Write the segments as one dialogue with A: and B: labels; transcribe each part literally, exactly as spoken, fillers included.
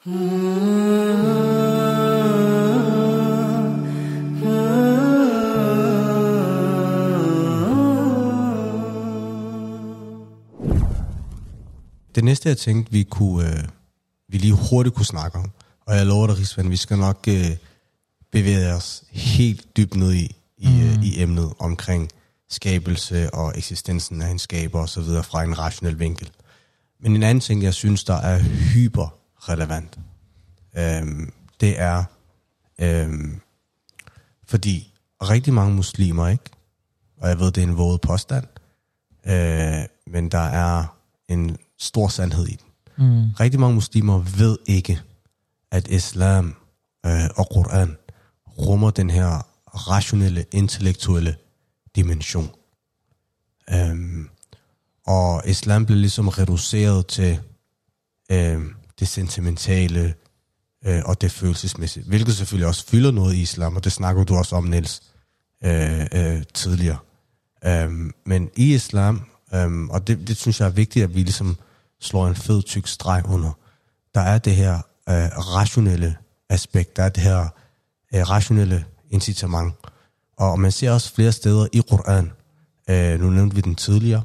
A: Det næste, jeg tænkte, vi kunne, øh, vi lige hurtigt kunne snakke om, og jeg lover dig, Rizwan, vi skal nok øh, bevæge os helt dybt ned i, i, mm. øh, i emnet omkring skabelse og eksistensen af en skaber og så videre fra en rationel vinkel. Men en anden ting, jeg synes, der er hyper relevant, øh, det er, øh, fordi rigtig mange muslimer, ikke, og jeg ved, det er en våget påstand, øh, men der er en stor sandhed i den. Mm. Rigtig mange muslimer ved ikke, at islam øh, og Koran rummer den her rationelle, intellektuelle dimension. Um, og islam blev ligesom reduceret til um, det sentimentale uh, og det følelsesmæssige, hvilket selvfølgelig også fylder noget i islam, og det snakker du også om, Niels, uh, uh, tidligere. Um, men i islam, um, og det, det synes jeg er vigtigt, at vi ligesom slår en fed, tyk streg under, der er det her uh, rationelle aspekt, der er det her uh, rationelle incitament. Og man ser også flere steder i Koran, uh, nu nævnte vi den tidligere,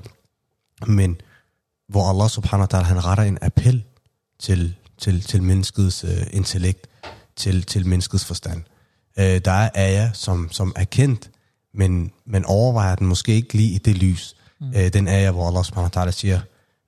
A: men hvor Allah subhanahu wa ta'ala, han retter en appel til, til, til menneskets uh, intellekt, til, til menneskets forstand. Uh, der er ayah, som, som er kendt, men man overvejer den måske ikke lige i det lys. Mm. Uh, den ayah, hvor Allah subhanahu wa ta'ala siger,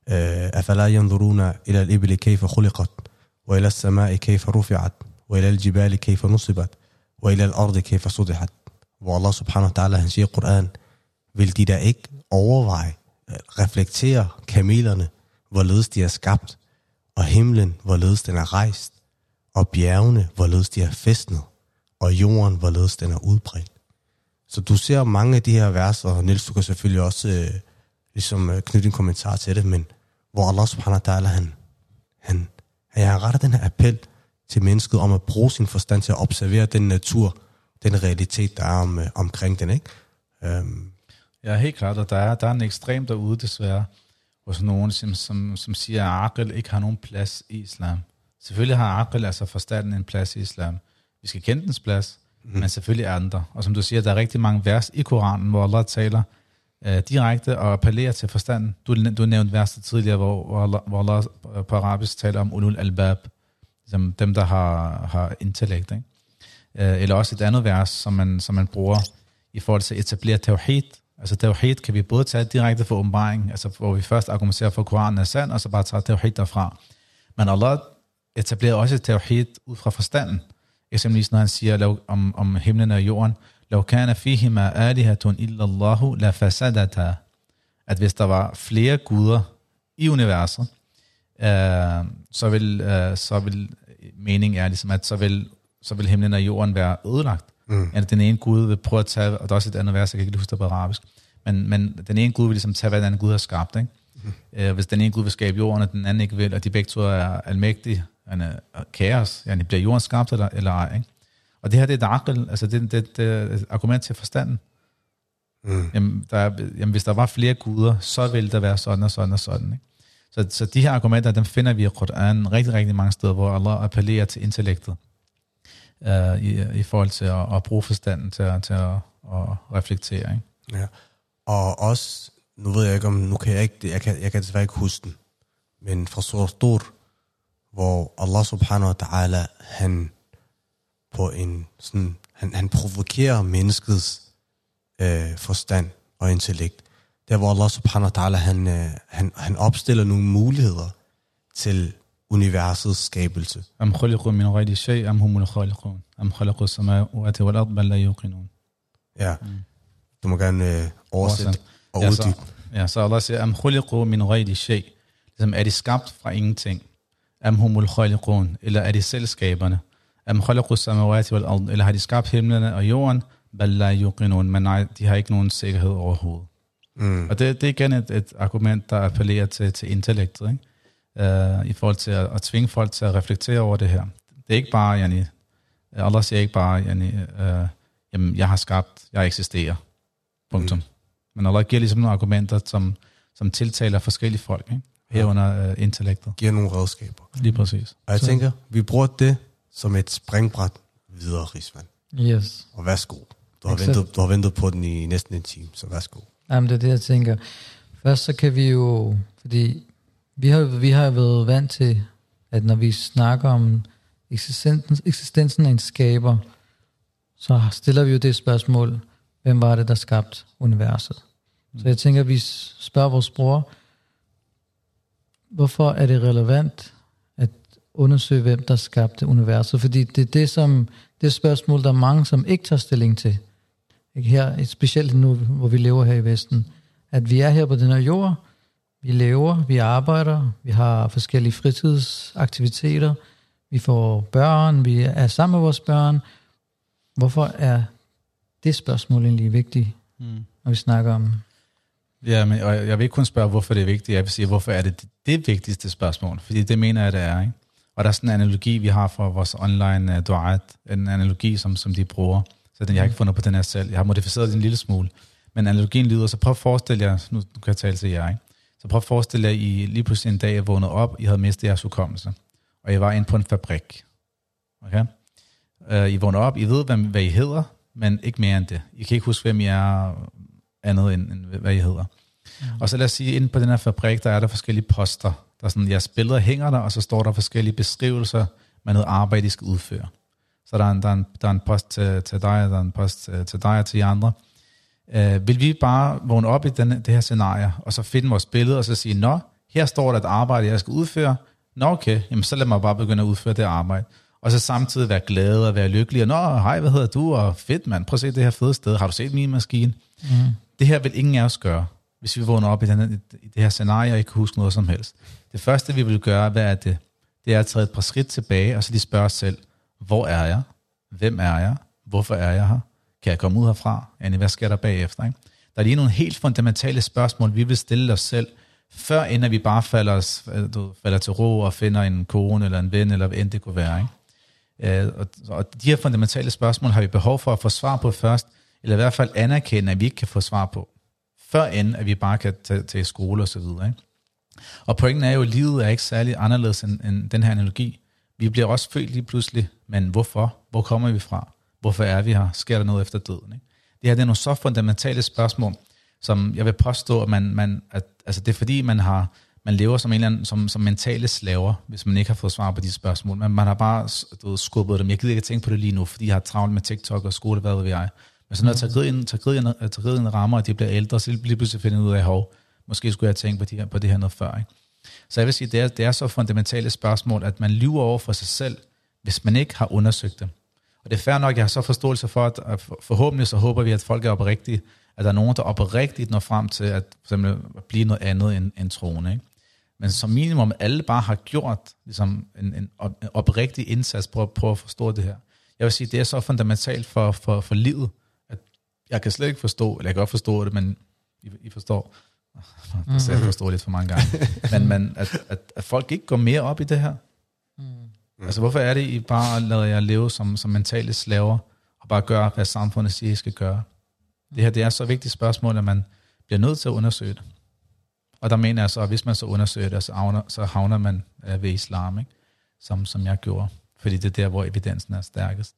A: أفلا ينظرون إلى الإبل كيف خلقت وإلى السماء كيف رفعت وإلى الجبال كيف نصبت وإلى الأرض كيف سطحت. Hvor Allah subhanahu wa ta'ala, han siger i Koran, vil de da ikke overveje, reflektere kamelerne, hvorledes de er skabt, og himlen, hvorledes den er rejst, og bjergene, hvorledes de er fæstnet, og jorden, hvorledes den er udbredt. Så du ser mange af de her vers, og Niels, du kan selvfølgelig også øh, ligesom øh, knytte en kommentar til det, men hvor Allah subhanahu wa ta'ala, han, han, han har rettet den her appel til mennesket om at bruge sin forstand til at observere den natur, den realitet, der er om, øh, omkring den, ikke? Um.
B: Ja, helt klart, og der er, der er en ekstrem derude, desværre, hos nogen, som, som, som siger, at aql ikke har nogen plads i islam. Selvfølgelig har aql, altså forstanden, en plads i islam. Vi skal kende dens plads, mm. men selvfølgelig er den der. Og som du siger, der er rigtig mange vers i Koranen, hvor Allah taler øh, direkte og appellerer til forstanden. Du, du nævnte verset tidligere, hvor, hvor, Allah, hvor Allah på arabisk taler om ulul albab, ligesom dem, der har, har intellekt, ikke? Øh, eller også et andet vers, som man, som man bruger i forhold til at etablere tawhid. Altså tawhid kan vi både tage direkte fra åbenbaring, altså hvor vi først argumenterer for, at Koranen er sand, og så bare tager tawhid derfra. Men Allah etablerer også tawhid ud fra forstanden. Eksempelvis når han siger om, om himlen og jorden, لَوْ كَانَ فِيهِمَا آلِهَةٌ إِلَّا اللَّهُ لَفَسَدَتَا. At hvis der var flere guder i universet, øh, så, vil, øh, så vil meningen er ligesom, at så vil, så vil himlen og jorden være ødelagt. Mm. Ja, den ene Gud vil prøve at tage, og der er også et andet vers, jeg kan ikke huske det på arabisk, men, men den ene Gud vil ligesom tage, hvad den anden Gud har skabt, ikke? Mm. Øh, hvis den ene Gud vil skabe jorden, og den anden ikke vil, og de begge to er almægtige, han er kaos, ja, bliver jorden skabt eller, eller ej, ikke? Og det her, det er et aql, altså det, det, det er et argument til forstanden. Mm. Jamen, der er, jamen, hvis der var flere guder, så ville der være sådan og sådan og sådan, ikke? Så, så de her argumenter, dem finder vi i Koranen rigtig, rigtig mange steder, hvor Allah appellerer til intellektet. Uh, i, i forhold til at, at bruge forstanden til, til at, at reflektere, ikke?
A: Ja. Og også, nu ved jeg ikke om, nu kan jeg ikke, jeg kan, jeg kan desværre ikke huske den, men fra Surah Tur, hvor Allah subhanahu wa ta'ala, han på en sådan, han, han provokerer menneskets øh, forstand og intellekt. Der hvor Allah subhanahu wa ta'ala, han, øh, han, han opstiller nogle muligheder til universets skabelse.
B: Am khaliqu min ghayri shay am humul khaliqun am khalaqu as-samawati wal ardi bal la yuqinun.
A: Ja. Mm. Du må gerne øh, oversætte og
B: ja,
A: uddybe.
B: så, ja, så Allah siger am khaliqu min ghayri shay. Ligesom er de skabt fra ingenting. Am humul khaliqun, eller er de selvskaberne? Am khalaqu as-samawati wal ardi, eller har de skabt himlene og jorden? Bal la yuqinun, men nej, de har ikke nogen sikkerhed overhovedet. Mm. Og det, det er igen et, et argument, der appellerer til, til intellektet, ikke? Uh, i forhold til at, at tvinge folk til at reflektere over det her. Det er ikke bare, yani, Allah siger ikke bare, yani, uh, jamen, jeg har skabt, jeg eksisterer. Punktum. Mm. Men Allah giver ligesom nogle argumenter, som, som tiltaler forskellige folk, ikke? herunder uh, intellektet.
A: Giver nogle redskaber.
B: Lige præcis.
A: Og jeg
C: Så.
A: tænker, vi bruger det som et springbræt videre, Rizwan.
C: Yes.
A: Og værsgo. Du har,
C: Exakt.
A: ventet, du har ventet på den i næsten en time, så værsgo.
C: Jamen, det er det, jeg tænker. Først så kan vi jo, fordi vi har, vi har været vant til, at når vi snakker om eksistensen, eksistensen af en skaber, så stiller vi jo det spørgsmål, hvem var det, der skabte universet? Mm. Så jeg tænker, at vi spørger vores bror, hvorfor er det relevant at undersøge, hvem der skabte universet? Fordi det er det, som, det spørgsmål, der er mange, som ikke tager stilling til. Ikke her, specielt nu, hvor vi lever her i Vesten. At vi er her på den her jord, vi lever, vi arbejder, vi har forskellige fritidsaktiviteter, vi får børn, vi er sammen med vores børn. Hvorfor er det spørgsmål egentlig vigtigt, mm. når vi snakker om...
B: Ja, men og jeg vil ikke kun spørge, hvorfor det er vigtigt. Jeg vil sige, hvorfor er det det, det vigtigste spørgsmål? Fordi det mener jeg, det er. Ikke? Og der er sådan en analogi, vi har fra vores online uh, duat. En analogi, som, som de bruger. Så den, jeg har ikke fundet på den her selv. Jeg har modificeret den en lille smule. Men analogien lyder, så prøv at forestille jer, nu kan jeg tale til jer, ikke? Så prøv at forestille jer, I lige pludselig en dag, jeg vågnede op, I havde mistet jeres hukommelse. Og I var inde på en fabrik. Okay? Uh, I vågner op, I ved, hvad, hvad I hedder, men ikke mere end det. I kan ikke huske, hvem I er andet end, end hvad I hedder. Mm. Og så lad os sige, inde på den her fabrik, der er der forskellige poster. Der er sådan, jeres billeder hænger der, og så står der forskellige beskrivelser med noget arbejde, I skal udføre. Så der er en, der er en, der er en post til, til dig, og der er en post til, til dig og til de andre. Uh, vil vi bare vågne op i den, det her scenarie, og så finde vores billede, og så sige, nå, her står der et arbejde, jeg skal udføre. Nå okay, jamen så lad mig bare begynde at udføre det arbejde. Og så samtidig være glad og være lykkelig. Og nå, hej, hvad hedder du? Og fedt, mand. Prøv at se det her fede sted. Har du set min maskine? Mm. Det her vil ingen af os gøre, hvis vi vågner op i, den, i det her scenarie og ikke kan huske noget som helst. Det første, vi vil gøre, hvad er det? Det er at træde et par skridt tilbage, og så lige spørge os selv, hvor er jeg? Hvem er jeg? Hvorfor er jeg her? Kan jeg komme ud herfra? Annie, hvad sker der bagefter? Ikke? Der er lige nogle helt fundamentale spørgsmål, vi vil stille os selv, før inden vi bare falder, du, falder til ro og finder en kone eller en ven, eller hvad end det kunne være. Ikke? Uh, og, og de her fundamentale spørgsmål har vi behov for at få svar på først, eller i hvert fald anerkende, at vi ikke kan få svar på, før inden at vi bare kan tage til skole og så videre. Ikke? Og pointen er jo, at livet er ikke særlig anderledes end, end den her analogi. Vi bliver også født lige pludselig, men hvorfor? Hvor kommer vi fra? Hvorfor er vi her? Sker der noget efter døden? Ikke? Det her det er nogle så fundamentale spørgsmål, som jeg vil påstå, at, man, man, at altså det er fordi, man har man lever som en eller anden, som, som mentale slaver, hvis man ikke har fået svar på de spørgsmål. Men man har bare du ved, skubbet dem. Jeg gider ikke tænke på det lige nu, fordi jeg har travlt med TikTok og skole, hvad ved jeg. Men så når jeg tager griden rammer, og de bliver ældre, så lige pludselig finder jeg ud af, hov, måske skulle jeg tænke på, de her, på det her noget før. Ikke? Så jeg vil sige, det er, det er så fundamentale spørgsmål, at man lyver over for sig selv, hvis man ikke har undersøgt det. Og det er fair nok, jeg har så forståelse for, at forhåbentlig så håber vi, at folk er oprigtige, at der er nogen, der oprigtigt når frem til at, for eksempel, at blive noget andet end, end troende. Ikke? Men som minimum, alle bare har gjort ligesom, en, en oprigtig indsats på at prøve at forstå det her. Jeg vil sige, det er så fundamentalt for, for, for livet, at jeg kan slet ikke forstå, eller jeg kan godt forstå det, men I, I forstår, jeg selv forstår lidt for mange gange, men, men at, at, at folk ikke går mere op i det her. Mm. Altså hvorfor er det, I bare lader jer leve som, som mentale slaver, og bare gøre, hvad samfundet siger, I skal gøre? Det her det er så vigtigt spørgsmål, at man bliver nødt til at undersøge det. Og der mener jeg så, at hvis man så undersøger det, så havner, så havner man øh, ved islam, ikke? Som, som jeg gjorde. Fordi det er der, hvor evidensen er stærkest.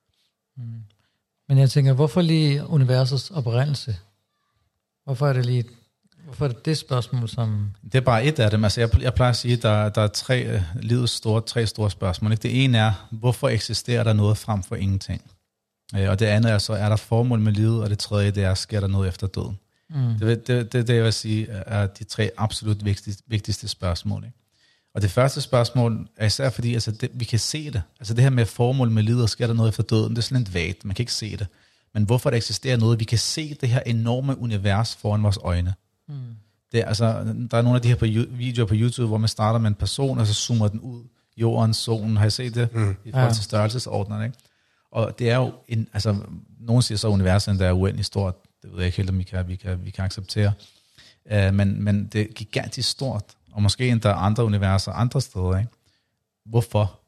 C: Mm. Men jeg tænker, hvorfor lige universets oprindelse? Hvorfor er det lige hvorfor er det, det spørgsmål, som...
B: Det er bare et af dem. Altså jeg, jeg plejer at sige, at der, der er tre, livets store, tre store spørgsmål. Ikke? Det ene er, hvorfor eksisterer der noget frem for ingenting? Og det andet er så, er der formål med livet? Og det tredje, det er, sker der noget efter døden? Mm. Det, det, det, det, jeg vil sige, er de tre absolut vigtigste, vigtigste spørgsmål. Ikke? Og det første spørgsmål er især fordi, altså det, vi kan se det. Altså det her med formål med livet, og sker der noget efter døden, det er sådan lidt vagt, man kan ikke se det. Men hvorfor der eksisterer noget, vi kan se det her enorme univers foran vores øjne. Mm. Det er, altså, der er nogle af de her på, videoer på YouTube, hvor man starter med en person, og så zoomer den ud. Jorden, solen, har I set det? Mm. I forhold til størrelsesordnerne, ikke? Og det er jo, en, altså, nogen siger så, at universet der er uendelig stort. Det ved jeg ikke helt, om vi kan, vi kan, vi kan acceptere. Uh, men, men det er gigantisk stort. Og måske endda andre universer andre steder. Ikke? Hvorfor?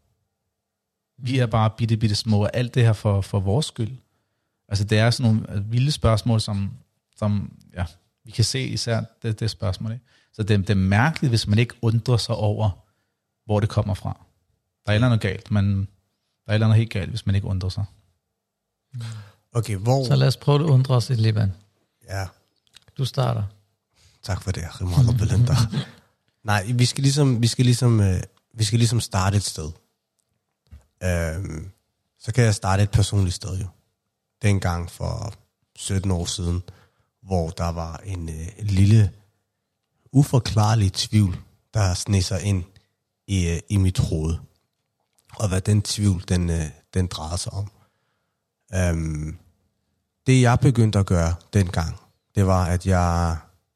B: Vi er bare bitte, bitte små. Og alt det her for, for vores skyld. Altså det er sådan nogle vilde spørgsmål, som, som ja, vi kan se især det, det spørgsmål. Ikke? Så det, det er mærkeligt, hvis man ikke undrer sig over, hvor det kommer fra. Der er noget galt, men der er noget helt galt, hvis man ikke undrer sig.
A: Okay, hvor...
C: Så lad os prøve at undre os i Liban.
A: Ja.
C: Du starter.
A: Tak for det, Rimalo Belenda. Nej, vi skal ligesom, vi skal ligesom, øh, vi skal ligesom starte et sted. Øhm, så kan jeg starte et personligt sted jo. Dengang for sytten år siden, hvor der var en øh, lille, uforklarlig tvivl, der sneg sig ind i, øh, i mit hoved. Og hvad den tvivl, den, øh, den drejede sig om. Øhm, det jeg begyndte at gøre dengang, det var, at jeg...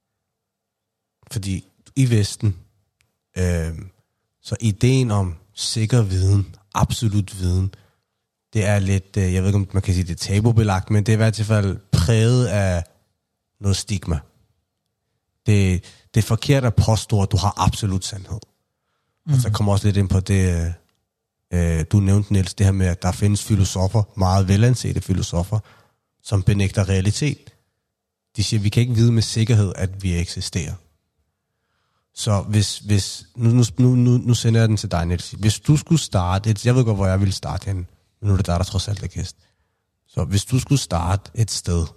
A: Fordi i Vesten, øh, så ideen om sikker viden, absolut viden, det er lidt, øh, jeg ved ikke om man kan sige det er tabubelagt, men det er i hvert fald præget af noget stigma. Det, det er forkert at påstå, at du har absolut sandhed. Mm. Og så kommer også lidt ind på det, øh, du nævnte, Niels, det her med, at der findes filosofer, meget velansete filosofer, som benægter realitet. De siger, at vi kan ikke vide med sikkerhed, at vi eksisterer. Så hvis, hvis nu, nu, nu, nu sender jeg den til dig, Niels. Hvis du skulle starte et, jeg ved godt, hvor jeg ville starte henne, men nu er det dig, der trods alt er gæst. Så hvis du skulle starte et sted,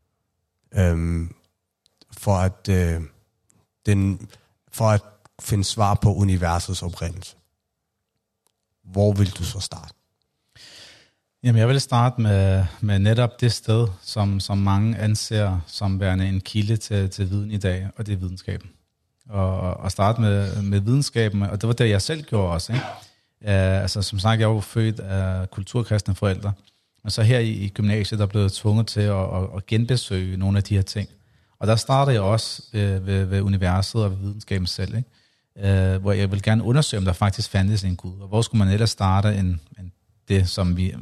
A: øhm, for at øh, den, for at finde svar på universets oprindelse, hvor vil du så starte?
B: Jamen, jeg vil starte med, med netop det sted, som, som mange anser som værende en kilde til, til viden i dag, og det er videnskaben. Og, og starte med, med videnskaben, og det var det, jeg selv gjorde også. Ikke? Uh, altså, som sagt, jeg var født af kulturkristne forældre, og så her i, i gymnasiet, der blev jeg tvunget til at, at, at genbesøge nogle af de her ting. Og der startede jeg også ved, ved, ved universet og ved videnskaben selv, ikke? Uh, hvor jeg ville gerne undersøge, om der faktisk fandtes en Gud, og hvor skulle man ellers starte en, en det, som vi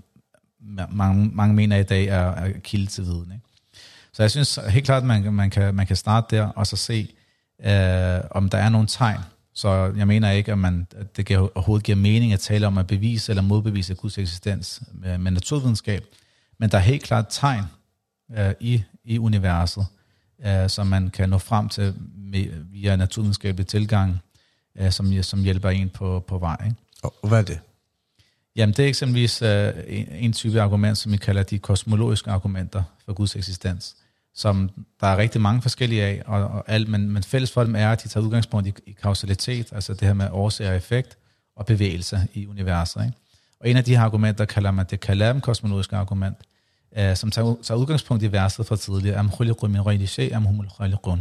B: mange, mange mener i dag er, er kilde til viden. Ikke? Så jeg synes helt klart, at man, man, kan, man kan starte der, og så se, øh, om der er nogle tegn. Så jeg mener ikke, at, man, at det overhovedet giver mening at tale om at bevise eller modbevise Guds eksistens med, med naturvidenskab, men der er helt klart tegn øh, i, i universet, øh, som man kan nå frem til med, via naturvidenskabelig tilgang, øh, som, som hjælper en på, på vej. Ikke?
A: Og hvad er det?
B: Jamen, det er eksempelvis øh, en, en type argument, som vi kalder de kosmologiske argumenter for Guds eksistens, som der er rigtig mange forskellige af, og, og alt, men, men fælles for dem er, at de tager udgangspunkt i, i kausalitet, altså det her med årsag og effekt, og bevægelse i universet. Ikke? Og en af de her argumenter kalder man det kalam-kosmologiske argument, øh, som tager, tager udgangspunkt i verset fra tidligere, am khuliqu min ghayri shay am humul khaliqun.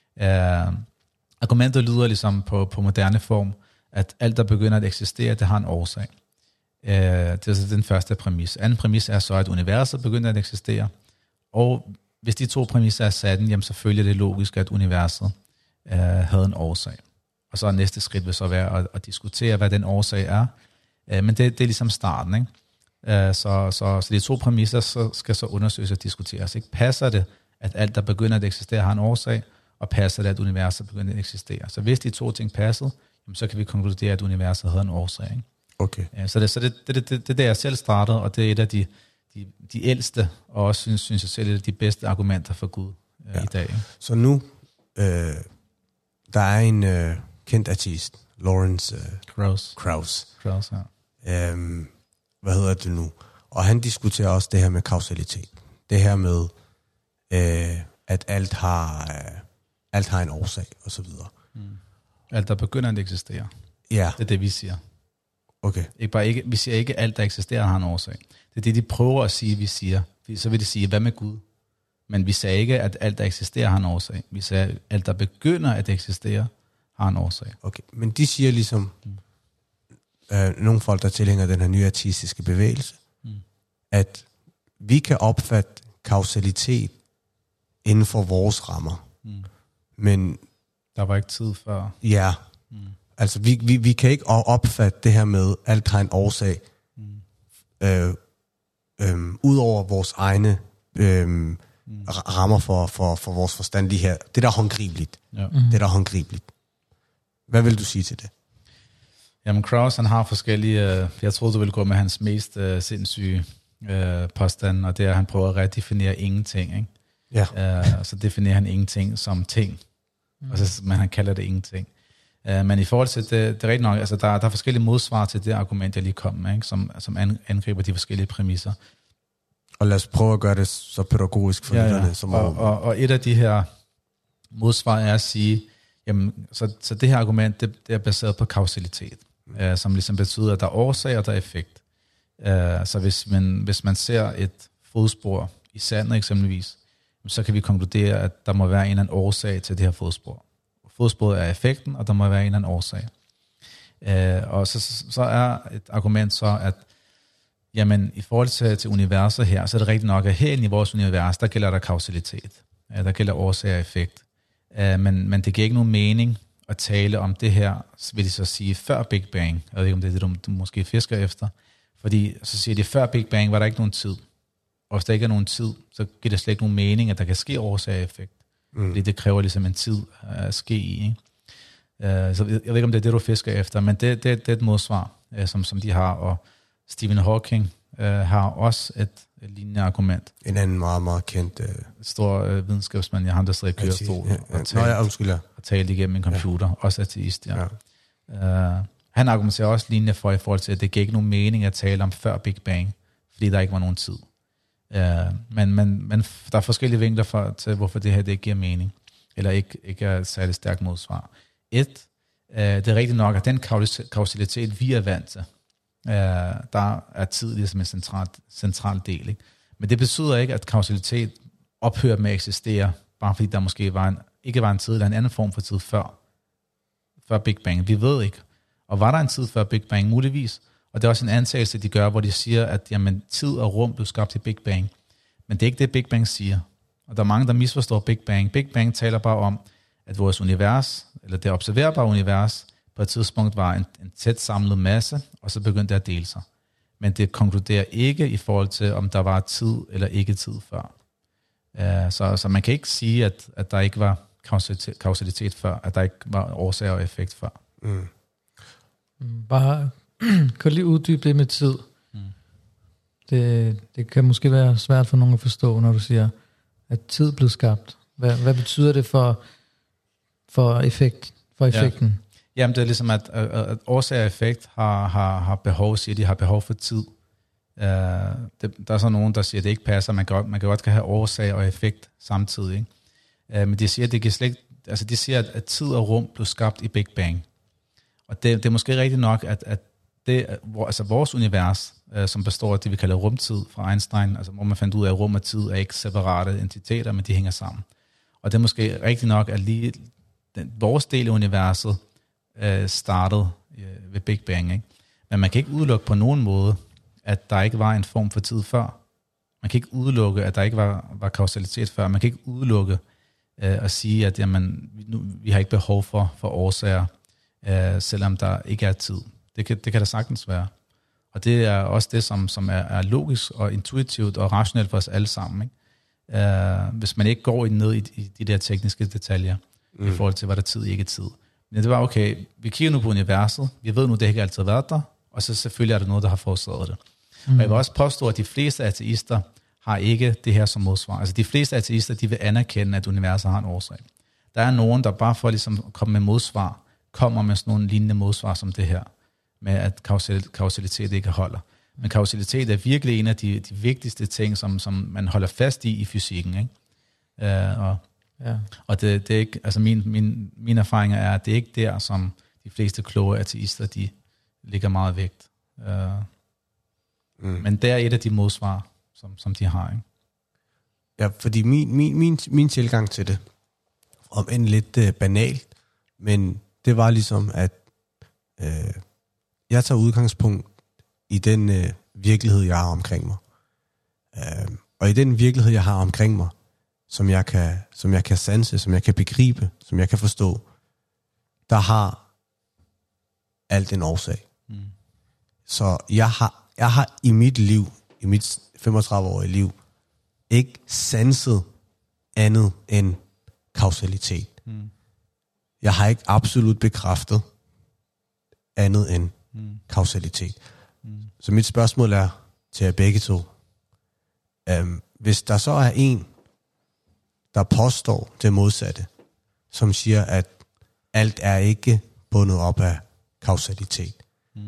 B: Øh, argumentet lyder ligesom på, på moderne form, at alt, der begynder at eksistere, det har en årsag. Uh, det er så den første præmis. Anden præmis er så, at universet begynder at eksistere, og hvis de to præmisser er sande, jamen så følger det logisk, at universet uh, havde en årsag. Og så næste skridt vil så være at, at diskutere, hvad den årsag er. Uh, men det, det er ligesom starten, ikke? Uh, så, så, så de to præmisser så skal så undersøges og diskuteres. Ikke? Passer det, at alt, der begynder at eksistere, har en årsag, og passer det, at universet begynder at eksistere? Så hvis de to ting passede, jamen så kan vi konkludere, at universet havde en årsag, ikke?
A: Okay.
B: Ja, så det, så det, det, det, det, det der jeg selv startede, og det er et af de, de, de ældste, og også synes, synes jeg selv, et af de bedste argumenter for Gud øh, ja. i dag. Ikke?
A: Så nu, øh, der er en øh, kendt artist, Lawrence øh,
B: Krauss.
A: Krauss.
B: Krauss, ja.
A: Øhm, hvad hedder det nu? Og han diskuterer også det her med kausalitet. Det her med, øh, at alt har, øh, alt har en årsag, og så videre.
B: Mm. Alt, der begynder at eksistere.
A: Ja.
B: Det er det, vi siger.
A: Okay.
B: Ikke bare ikke, vi siger ikke, at alt, der eksisterer, har en årsag. Det er det, de prøver at sige, vi siger. Så vil de sige, hvad med Gud? Men vi sagde ikke, at alt, der eksisterer, har en årsag. Vi sagde, at alt, der begynder at eksistere, har en årsag.
A: Okay, men de siger ligesom, mm. øh, nogle folk, der tilhænger den her nye artistiske bevægelse, mm. at vi kan opfatte kausalitet inden for vores rammer. Mm. Men
B: der var ikke tid for...
A: Ja, mm. altså vi, vi, vi kan ikke opfatte det her med, alt har en årsag, mm. øh, øh, ud over vores egne øh, mm. rammer for, for, for vores forstand lige her. Det der er håndgribeligt. Ja. Mm. Det der er håndgribeligt. Hvad vil du sige til det?
B: Jamen Krauss, han har forskellige, øh, jeg troede du ville gå med hans mest øh, sindssyge øh, påstand, og det er, at han prøver at redefinere ingenting, ikke?
A: Ja.
B: Øh, så definerer han ingenting som ting. mm. og så, men han kalder det ingenting. Uh, men i forhold til det, det er rigtigt nok, altså der, der er forskellige modsvar til det argument, jeg lige kom med, ikke? Som, som angriber de forskellige præmisser.
A: Og lad os prøve at gøre det så pædagogisk for
B: ja,
A: lytterne
B: ja.
A: som
B: og, og, og et af de her modsvar er at sige, jamen, så, så det her argument, det, det er baseret på kausalitet, mm. uh, som ligesom betyder, at der er årsag og der er effekt. Uh, så hvis man, hvis man ser et fodspor i sandet eksempelvis, så kan vi konkludere, at der må være en eller anden årsag til det her fodspor. Fodsporet er effekten, og der må være en eller anden årsag. Uh, og så, så er et argument så, at jamen, i forhold til, til universet her, så er det rigtigt nok, at her i vores univers, der gælder der kausalitet. Uh, der gælder årsag og effekt. Uh, men, men det giver ikke nogen mening at tale om det her, vil de så sige, før Big Bang. Jeg ved ikke, om det er det, du, du måske fisker efter. Fordi så siger de, før Big Bang var der ikke nogen tid. Og hvis der ikke er nogen tid, så giver det slet ikke nogen mening, at der kan ske årsag og effekt. Mm. Fordi det kræver ligesom en tid at ske i. Ikke? Uh, så jeg ved ikke, om det er det, du fisker efter, men det, det, det er et modsvar, uh, som, som de har. Og Stephen Hawking uh, har også et, et lignende argument.
A: En anden meget, meget kendt... Uh...
B: Stor uh, videnskabsmand, jeg har ham, der sidder i kørestol
A: ja, ja.
B: og taler talt igennem en computer. Ja. Også ateist, ja. ja. Uh, han argumenterer også lignende for i forhold til, at det giver ikke nogen mening at tale om før Big Bang, fordi der ikke var nogen tid. Uh, men, men, men der er forskellige vinkler for, til, hvorfor det her det ikke giver mening, eller ikke, ikke er et særligt stærkt modsvar. Et, uh, det er rigtigt nok, at den kausalitet, vi er vant til, uh, der er tid ligesom en central, central del. Ikke? Men det betyder ikke, at kausalitet ophører med at eksistere, bare fordi der måske var en, ikke var en tid, eller en anden form for tid før, før Big Bang. Vi ved ikke. Og var der en tid før Big Bang? Muligvis. Og det er også en antagelse, de gør, hvor de siger, at jamen, tid og rum blev skabt til Big Bang. Men det er ikke det, Big Bang siger. Og der er mange, der misforstår Big Bang. Big Bang taler bare om, at vores univers, eller det observerbare univers, på et tidspunkt var en, en tæt samlet masse, og så begyndte det at dele sig. Men det konkluderer ikke i forhold til, om der var tid eller ikke tid før. Uh, så, så man kan ikke sige, at, at der ikke var kausalitet, kausalitet før, at der ikke var årsag og effekt før.
A: Mm.
C: Bare kan lige uddybe det med tid. Mm. Det, det kan måske være svært for nogen at forstå, når du siger, at tid blev skabt. Hvad, hvad betyder det for, for, effekt, for effekten?
B: Ja. Jamen det er ligesom, at, at, at årsag og effekt har, har, har behov, siger de har behov for tid. Uh, det, der er så nogen, der siger, at det ikke passer. Man kan, man kan godt have årsag og effekt samtidig. Ikke? Uh, men de siger, at det kan slet ikke, altså de siger, at, at tid og rum blev skabt i Big Bang. Og det, det er måske rigtigt nok, at, at det, altså vores univers, øh, som består af det, vi kalder rumtid fra Einstein, altså hvor man fandt ud af, at rum og tid er ikke separate entiteter, men de hænger sammen. Og det er måske rigtigt nok, at lige den, vores del af universet øh, startede øh, ved Big Bang. Ikke? Men man kan ikke udelukke på nogen måde, at der ikke var en form for tid før. Man kan ikke udelukke, at der ikke var, var kausalitet før. Man kan ikke udelukke øh, at sige, at jamen, vi, nu, vi har ikke behov for, for årsager, Uh, selvom der ikke er tid. Det kan, det kan der sagtens være. Og det er også det, som, som er, er logisk og intuitivt og rationelt for os alle sammen. Ikke? Uh, hvis man ikke går ned i, i de der tekniske detaljer, mm. i forhold til, hvad der er tid, ikke er tid. Men det var okay, vi kigger nu på universet, vi ved nu, det ikke altid har været der, og så selvfølgelig er der noget, der har forårsaget det. Mm. Og jeg vil også påstå, at de fleste ateister har ikke det her som modsvar. Altså de fleste ateister, de vil anerkende, at universet har en årsag. Der er nogen, der bare for ligesom at komme med modsvar, kommer med sådan nogle lignende modsvar som det her, med at kausalitet ikke holder. Men kausalitet er virkelig en af de, de vigtigste ting, som, som man holder fast i i fysikken. Ikke? Uh, og ja. og det, det er ikke, altså min, min, min erfaring er, at det er ikke der, som de fleste kloge ateister, de ligger meget vægt. Uh, mm. Men det er et af de modsvar, som, som de har. Ikke?
A: Ja, fordi min, min, min, min tilgang til det, om end lidt uh, banalt, men det var ligesom, at øh, jeg tager udgangspunkt i den øh, virkelighed, jeg har omkring mig. Øh, og i den virkelighed, jeg har omkring mig, som jeg kan, som jeg kan sanse, som jeg kan begribe, som jeg kan forstå, der har alt en årsag. Mm. Så jeg har, jeg har i mit liv, i mit femogtredive-årige liv, ikke sanset andet end kausalitet. Mm. Jeg har ikke absolut bekræftet andet end mm. kausalitet. Mm. Så mit spørgsmål er til jer begge to. Um, hvis der så er en, der påstår det modsatte, som siger, at alt er ikke bundet op af kausalitet. Mm.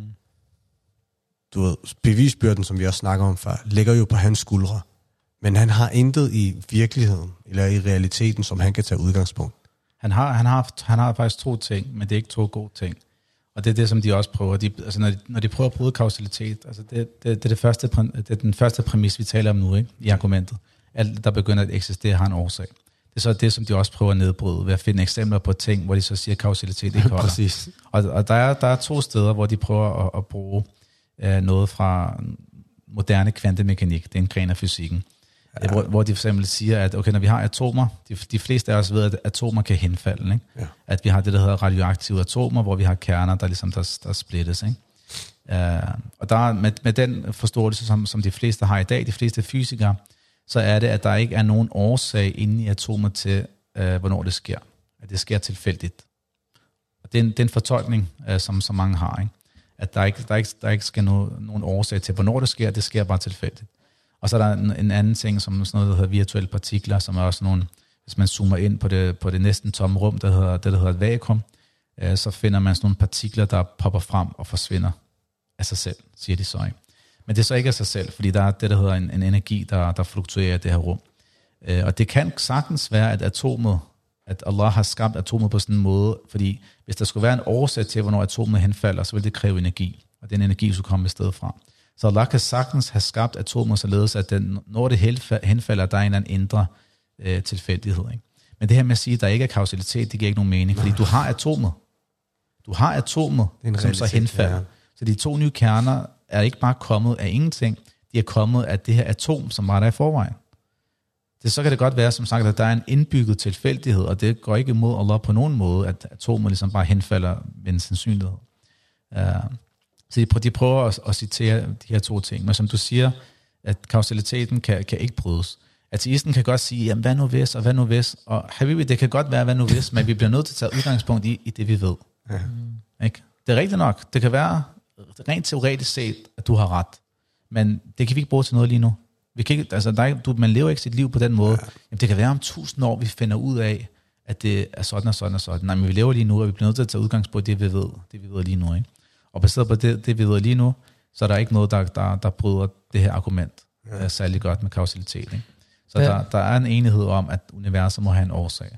A: Du ved, bevisbyrden, som vi også snakker om før, ligger jo på hans skuldre. Men han har intet i virkeligheden, eller i realiteten, som han kan tage udgangspunkt.
B: Han har, han har, han har faktisk to ting, men det er ikke to gode ting. Og det er det, som de også prøver. De, altså når, de, når de prøver at bryde kausalitet, altså det, det, det, er det, første, det er den første præmis, vi taler om nu, ikke? I argumentet. Alt, der begynder at eksistere, har en årsag. Det er så det, som de også prøver at nedbryde, ved at finde eksempler på ting, hvor de så siger, at kausalitet ikke holder.
A: Præcis.
B: Og, og der, er, der er to steder, hvor de prøver at, at bruge øh, noget fra moderne kvantemekanik. Det er en gren af fysikken. Ja. Hvor, hvor de for eksempel siger, at okay, når vi har atomer, de, de fleste af os ved, at atomer kan henfalde. Ikke? Ja. At vi har det, der hedder radioaktive atomer, hvor vi har kerner, der ligesom der, der splittes. Ikke? Uh, og der med, med den forståelse, som, som de fleste har i dag, de fleste fysikere, så er det, at der ikke er nogen årsag inde i atomer til, uh, hvornår det sker. At det sker tilfældigt. Og det er en, det er en fortolkning, uh, som så mange har. Ikke? At der ikke, der ikke, der ikke skal no, nogen årsag til, hvornår det sker, det sker bare tilfældigt. Og så er der en, en anden ting, som sådan noget, der hedder virtuelle partikler, som er også nogle, hvis man zoomer ind på det, på det næsten tomme rum, der hedder, det der hedder et vakuum, øh, så finder man sådan nogle partikler, der popper frem og forsvinder af sig selv, siger de så. Ikke? Men det er så ikke af sig selv, fordi der er det, der hedder en, en energi, der, der fluktuerer i det her rum. Øh, og det kan sagtens være, at atomet, at Allah har skabt atomet på sådan en måde, fordi hvis der skulle være en årsag til, hvornår atomet henfalder, så vil det kræve energi, og den energi skulle komme et sted fra. Så Allah kan sagtens have skabt atomer således, at den, når det henfalder, der er en eller anden indre øh, tilfældighed. Ikke? Men det her med at sige, at der ikke er kausalitet, det giver ikke nogen mening, fordi du har atomet. Du har atomet, som så henfalder. Ja. Så de to nye kerner er ikke bare kommet af ingenting, de er kommet af det her atom, som var der i forvejen. Det, så kan det godt være, som sagt, at der er en indbygget tilfældighed, og det går ikke imod Allah på nogen måde, at atomer ligesom bare henfalder med en sandsynlighed. Uh, Så de prøver, de prøver at, at citere de her to ting. Men som du siger, at kausaliteten kan, kan ikke brydes. Ateisten kan godt sige, jamen hvad nu hvis, og hvad nu hvis. Og Habibi, det kan godt være, hvad nu hvis, men vi bliver nødt til at tage udgangspunkt i, i det, vi ved. Ja. Ikke? Det er rigtigt nok. Det kan være rent teoretisk set, at du har ret. Men det kan vi ikke bruge til noget lige nu. Vi kan ikke, altså, der er, du, man lever ikke sit liv på den måde. Ja. Jamen, det kan være om tusind år, vi finder ud af, at det er sådan og sådan og sådan. Nej, men vi lever lige nu, og vi bliver nødt til at tage udgangspunkt i det, vi ved. Det, vi ved lige nu, ikke? Og baseret på det, det vi ved lige nu, så er der ikke noget, der, der, der bryder det her argument ja. er særlig godt med kausalitet. Ikke? Så ja. der, der er en enighed om, at universet må have en årsag.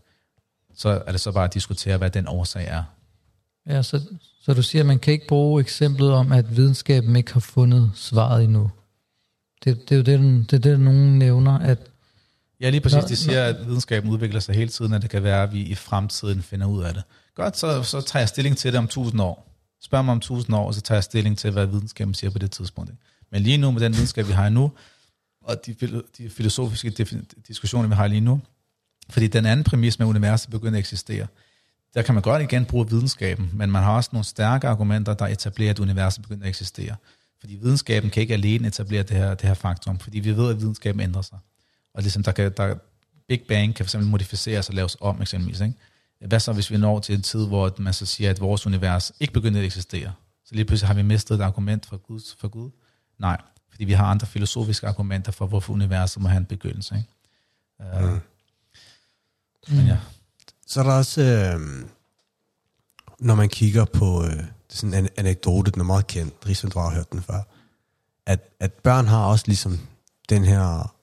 B: Så er det så bare at diskutere, hvad den årsag er.
C: Ja, så, så du siger, at man kan ikke bruge eksemplet om, at videnskaben ikke har fundet svaret endnu. Det, det er jo det, den, det, er det, nogen nævner, at...
B: Ja, lige præcis. De siger, at videnskaben udvikler sig hele tiden, at det kan være, at vi i fremtiden finder ud af det. Godt, så, så tager jeg stilling til det om tusind år. Spørg mig om tusind år, og så tager jeg stilling til, hvad videnskaben siger på det tidspunkt. Men lige nu, med den videnskab, vi har nu, og de, de filosofiske diskussioner, vi har lige nu, fordi den anden præmis med universet begynder at eksistere, der kan man godt igen bruge videnskaben, men man har også nogle stærke argumenter, der etablerer, at universet begynder at eksistere. Fordi videnskaben kan ikke alene etablere det her, det her faktum, fordi vi ved, at videnskaben ændrer sig. Og ligesom der kan, der, Big Bang kan fx modificeres og laves om, eksempelvis, ikke? Hvad så, hvis vi når til en tid, hvor man så siger, at vores univers ikke begynder at eksistere? Så lige pludselig har vi mistet et argument for Gud. For Gud? Nej, fordi vi har andre filosofiske argumenter for, hvorfor universet må have en begyndelse. Ikke? Uh, mm. Men ja.
A: Så er der også, øh, når man kigger på, øh, det er sådan en anekdote, den er meget kendt, Rigsvend, du har hørt den før, at, at børn har også ligesom den her,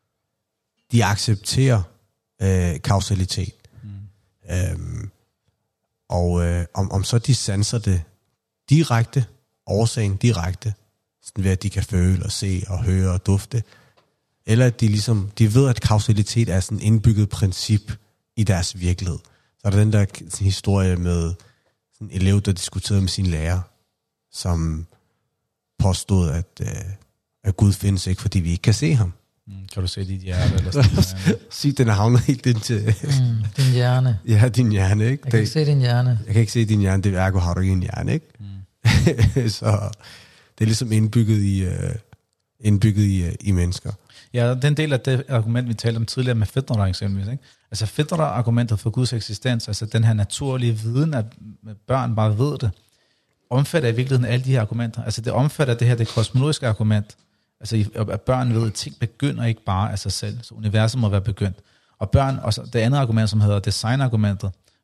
A: de accepterer øh, kausalitet. Øhm, og øh, om, om så de sanser det direkte, årsagen direkte, sådan ved at de kan føle og se og høre og dufte, eller at de ligesom, de ved, at kausalitet er sådan et indbygget princip i deres virkelighed. Så er der den der sådan, historie med sådan en elev, der diskuterede med sin lærer, som påstod, at, øh, at Gud findes ikke, fordi vi ikke kan se ham.
B: Mm, kan du se dit hjerte? Eller sådan,
A: sig, den er havnet helt ind til...
C: mm, din hjerne.
A: Ja, din hjerne, ikke?
C: Jeg kan ikke se din hjerne.
A: Jeg kan ikke se din hjerne, det er ergo har du ikke en hjerne, ikke? Mm. Så det er ligesom indbygget i, uh, indbygget i, uh, i mennesker.
B: Ja, den del af det argument, vi talte om tidligere med fitra eksempelvis, ikke? Altså fitra-argumentet for Guds eksistens, altså den her naturlige viden, at børn bare ved det, omfatter i virkeligheden alle de her argumenter. Altså det omfatter det her, det kosmologiske argument, altså at børn ved, at ting begynder ikke bare af sig selv, så universet må være begyndt. Og børn, og det andet argument, som hedder design-argumentet,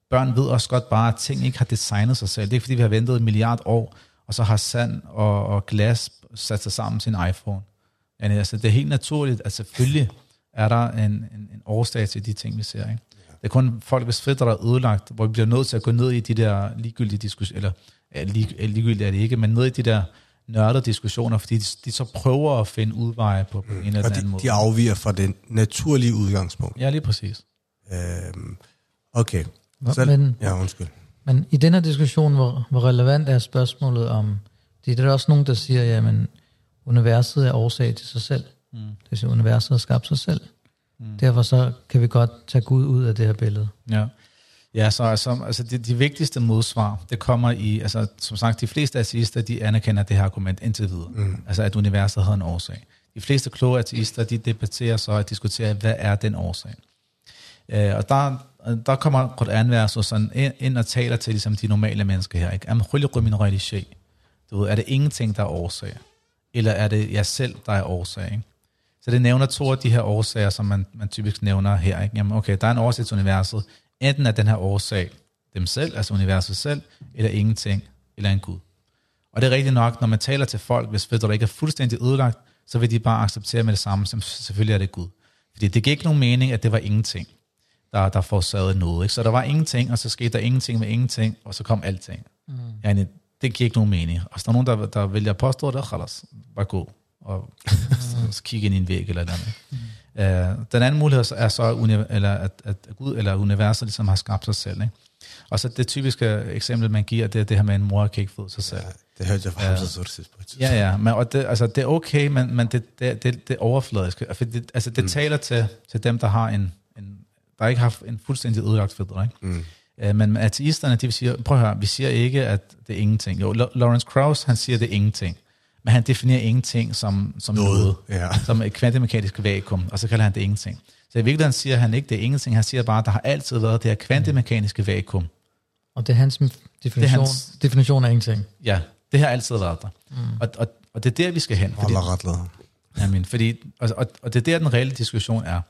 B: børn ved også godt bare, at ting ikke har designet sig selv. Det er ikke, fordi vi har ventet et milliard år, og så har sand og, og glas sat sig sammen til en iPhone. Ja, altså, det er helt naturligt, at selvfølgelig er der en, en, en årsag til de ting, vi ser. Ikke? Det er kun folk, hvis fætter der er ødelagt, hvor vi bliver nødt til at gå ned i de der ligegyldige diskussioner, eller ja, lig, ligegyldigt er det ikke, men ned i de der nørdede diskussioner, fordi de, de så prøver at finde udveje på, på mm. en eller anden
A: de,
B: måde.
A: de afviger fra det naturlige udgangspunkt.
B: Ja, lige præcis.
A: Øhm, okay.
C: Så, men,
A: ja, undskyld.
C: Men i den her diskussion, hvor, hvor relevant er spørgsmålet om, det er der også nogen, der siger, jamen, universet er årsag til sig selv. Mm. Det vil sige, universet har skabt sig selv. Mm. Derfor så kan vi godt tage Gud ud af det her billede.
B: Ja, ja så altså, altså de, de vigtigste modsvar, det kommer i, altså som sagt, de fleste ateister, de anerkender det her argument indtil videre. Mm. Altså at universet havde en årsag. De fleste kloge ateister, de debatterer så og diskuterer, hvad er den årsag. Øh, og der, der kommer Koran-verset sådan ind og taler til ligesom, de normale mennesker her. Ikke? Am khulqu min ghayri shay. Du ved, er det ingenting, der er årsag? Eller er det jeg selv, der er årsag? Ikke? Så det nævner to af de her årsager, som man, man typisk nævner her. Ikke? Jamen okay, der er en årsag til universet. Enten er den her årsag dem selv, altså universet selv, eller ingenting, eller en Gud. Og det er rigtigt nok, når man taler til folk, hvis fætter ikke er fuldstændig ødelagt, så vil de bare acceptere med det samme, som selvfølgelig er det Gud. Fordi det giver ikke nogen mening, at det var ingenting, der, der forårsagede noget. Ikke? Så der var ingenting, og så skete der ingenting med ingenting, og så kom alting. Mm. Yani, det giver ikke nogen mening. Og så der er nogen, der, der vælger at påstå, det er bare gå og så kigge ind i en væg eller noget. Mm. Uh, den anden mulighed er så, eller at, at Gud eller universet ligesom har skabt sig selv. Ikke? Og så det typiske eksempel, man giver, det er det her med, en mor kan ikke føde sig selv.
A: Ja, det hørte jeg fra ham, så sidst på et tidspunkt.
B: Ja, ja, men, og det, altså, det er okay, men, men det, det, det, det er overfladisk. Det, altså, det mm. taler til, til dem, der har en, en der ikke har en fuldstændig ødelagt fætter. Ikke? Mm. Uh, men ateisterne, de vil sige, prøv at høre, vi siger ikke, at det er ingenting. Jo, Lawrence Krauss, han siger, det er ingenting. Men han definerer ingenting som, som noget, noget ja. Som et kvantemekanisk vakuum, og så kalder han det ingenting. Så i virkeligheden siger han ikke, det er ingenting, han siger bare, at der har altid været det her kvantemekaniske vakuum.
C: Og det er hans definition, det er hans, definition af ingenting.
B: Ja, det har altid været der. Mm. Og, og, og det er der, vi skal hen.
A: Fordi, ret
B: jamen, fordi, og, og, og det er der, den reelle diskussion er.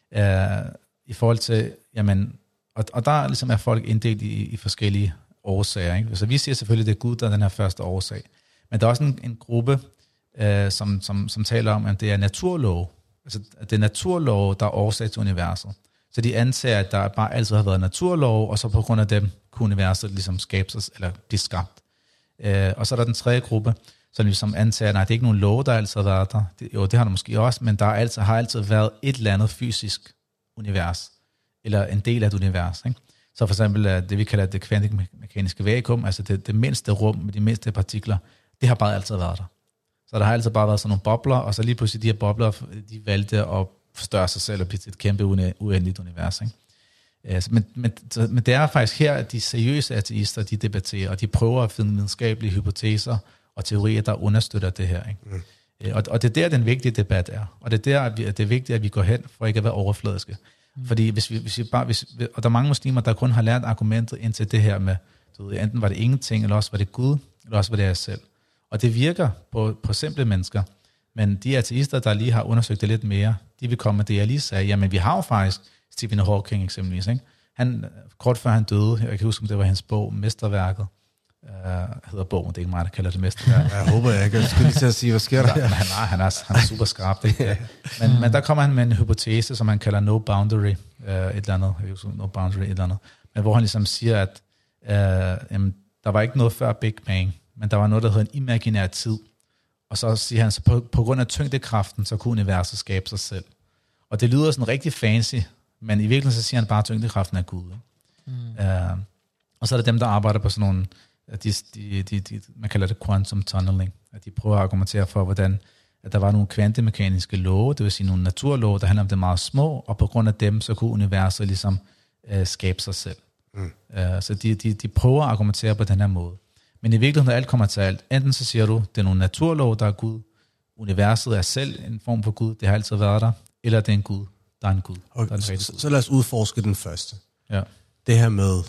B: Uh, I forhold til, jamen, og, og der ligesom er folk inddelt i, i forskellige årsager. Ikke? Så vi siger selvfølgelig, det er Gud, der er den her første årsag. Men der er også en, en gruppe, øh, som, som, som taler om, at det er naturlov. Altså, at det er naturlov, der er årsag til universet. Så de antager, at der bare altid har været naturlov, og så på grund af dem kunne universet ligesom skabe sig, eller blive skabt. Øh, og så er der den tredje gruppe, som ligesom antager, at nej, det er ikke nogen lov, der altid har været der. Det, jo, det har der måske også, men der er altid, har altid været et eller andet fysisk univers, eller en del af et univers. Ikke? Så for eksempel det, vi kalder det kvantemekaniske vakuum, altså det, det mindste rum med de mindste partikler, det har bare altid været der. Så der har altid bare været sådan nogle bobler, og så lige pludselig de her bobler, de valgte at forstørre sig selv og blive et kæmpe uendeligt univers. Ikke? Men, men, men det er faktisk her, at de seriøse ateister, de debatterer, og de prøver at finde videnskabelige hypoteser og teorier, der understøtter det her. Ikke? Mm. Og, og det er der, den vigtige debat er. Og det er der, at, vi, at det er vigtigt, at vi går hen, for ikke at være overfladiske. Mm. Fordi hvis vi, hvis vi bare, hvis, og der er mange muslimer, der kun har lært argumentet indtil det her med, du ved, enten var det ingenting, eller også var det Gud, eller også var det jeg selv. Og det virker på, på simple mennesker. Men de ateister, der lige har undersøgt det lidt mere, de vil komme med det, jeg lige sagde. Jamen, vi har jo faktisk Stephen Hawking eksempelvis. Ikke? Han, kort før han døde, jeg kan huske, om det var hans bog, Mesterværket, uh, hedder bogen, det er ikke mig, der kalder det Mesterværket.
A: Jeg håber, jeg kan skulle lige til at sige, hvad sker der?
B: Men han er, han er, han er super skarp. Ikke? Men, men der kommer han med en hypotese, som han kalder no boundary, uh, et eller andet, no boundary, et eller andet. Men hvor han ligesom siger, at uh, jamen, der var ikke noget før Big Bang, men der var noget, der hedder en imaginær tid. Og så siger han, så på, på grund af tyngdekraften, så kunne universet skabe sig selv. Og det lyder sådan rigtig fancy, men i virkeligheden så siger han bare, at tyngdekraften er Gud. Mm. Uh, og så er der dem, der arbejder på sådan nogle, de, de, de, de, man kalder det quantum tunneling, at de prøver at argumentere for, hvordan at der var nogle kvantemekaniske love, det vil sige nogle naturlove, der handler om det meget små, og på grund af dem, så kunne universet ligesom uh, skabe sig selv. Mm. Uh, så de, de, de prøver at argumentere på den her måde. Men i virkeligheden, når alt kommer til alt, enten så siger du, det er nogle naturlov, der er Gud, universet er selv en form for Gud, det har altid været der, eller det er en Gud, der er en Gud.
A: Okay,
B: er
A: så, Gud. Så lad os udforske den første.
B: Ja.
A: Det her med,